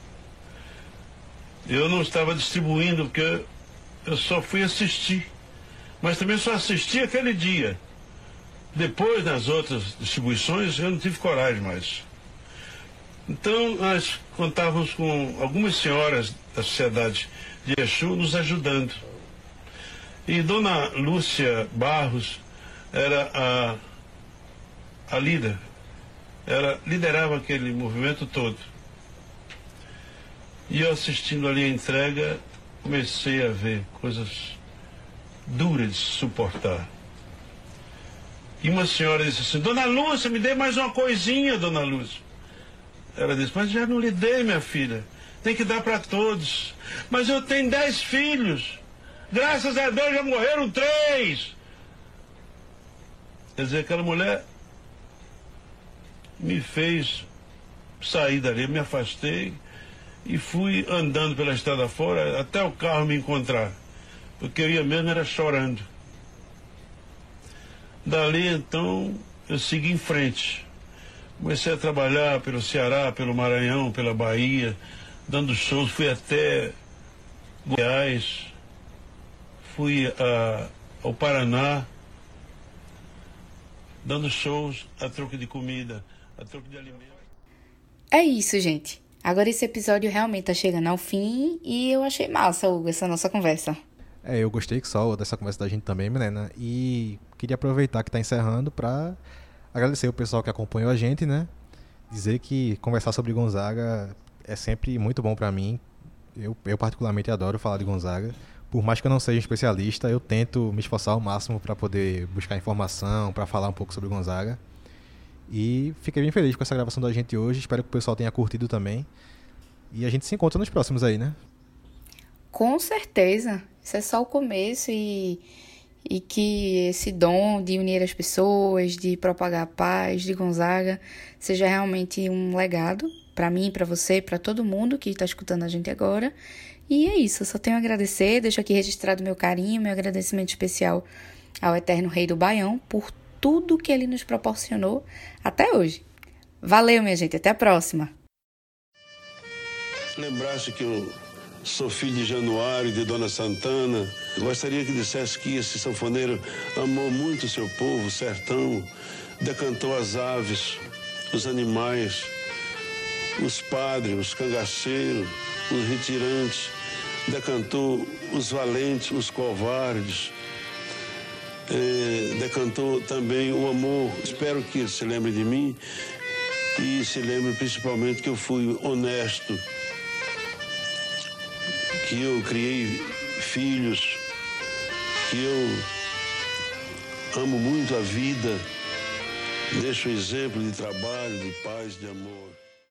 Eu não estava distribuindo porque eu só fui assistir, mas também só assisti aquele dia. Depois, nas outras distribuições, eu não tive coragem mais. Então, nós contávamos com algumas senhoras da sociedade de Exu nos ajudando. E Dona Lúcia Barros era a, a líder. Ela liderava aquele movimento todo. E eu, assistindo ali a entrega, comecei a ver coisas duras de suportar. E uma senhora disse assim, Dona Lúcia, me dê mais uma coisinha, Dona Lúcia. Ela disse, mas já não lhe dei, minha filha. Tem que dar para todos. Mas eu tenho dez filhos. Graças a Deus já morreram três. Quer dizer, aquela mulher me fez sair dali, me afastei e fui andando pela estrada fora até o carro me encontrar. Porque eu ia mesmo era chorando. Dali, então, eu segui em frente. Comecei a trabalhar pelo Ceará, pelo Maranhão, pela Bahia, dando shows. Fui até Goiás, fui a, ao Paraná, dando shows a troco de comida, a troco de alimento. É isso, gente. Agora esse episódio realmente tá chegando ao fim e eu achei massa, Hugo, essa nossa conversa. É, eu gostei que só dessa conversa da gente também, menina. E queria aproveitar que tá encerrando pra agradecer o pessoal que acompanhou a gente, né? Dizer que conversar sobre Gonzaga é sempre muito bom pra mim. Eu, eu particularmente adoro falar de Gonzaga. Por mais que eu não seja um especialista, eu tento me esforçar ao máximo pra poder buscar informação, pra falar um pouco sobre Gonzaga. E fiquei bem feliz com essa gravação da gente hoje. Espero que o pessoal tenha curtido também. E a gente se encontra nos próximos aí, né? Com certeza. Isso é só o começo e, e que esse dom de unir as pessoas, de propagar a paz de Gonzaga, seja realmente um legado para mim, para você, para todo mundo que está escutando a gente agora. E é isso, eu só tenho a agradecer, deixo aqui registrado meu carinho, meu agradecimento especial ao Eterno Rei do Baião por tudo que ele nos proporcionou até hoje. Valeu, minha gente, até a próxima. Lembraste que eu sou filho de Januário e de Dona Santana. Gostaria que dissesse que esse sanfoneiro amou muito o seu povo, o sertão, decantou as aves, os animais, os padres, os cangaceiros, os retirantes, decantou os valentes, os covardes, eh, decantou também o amor. Espero que se lembre de mim e se lembre principalmente que eu fui honesto, que eu criei filhos, que eu amo muito a vida, deixo exemplo de trabalho, de paz, de amor.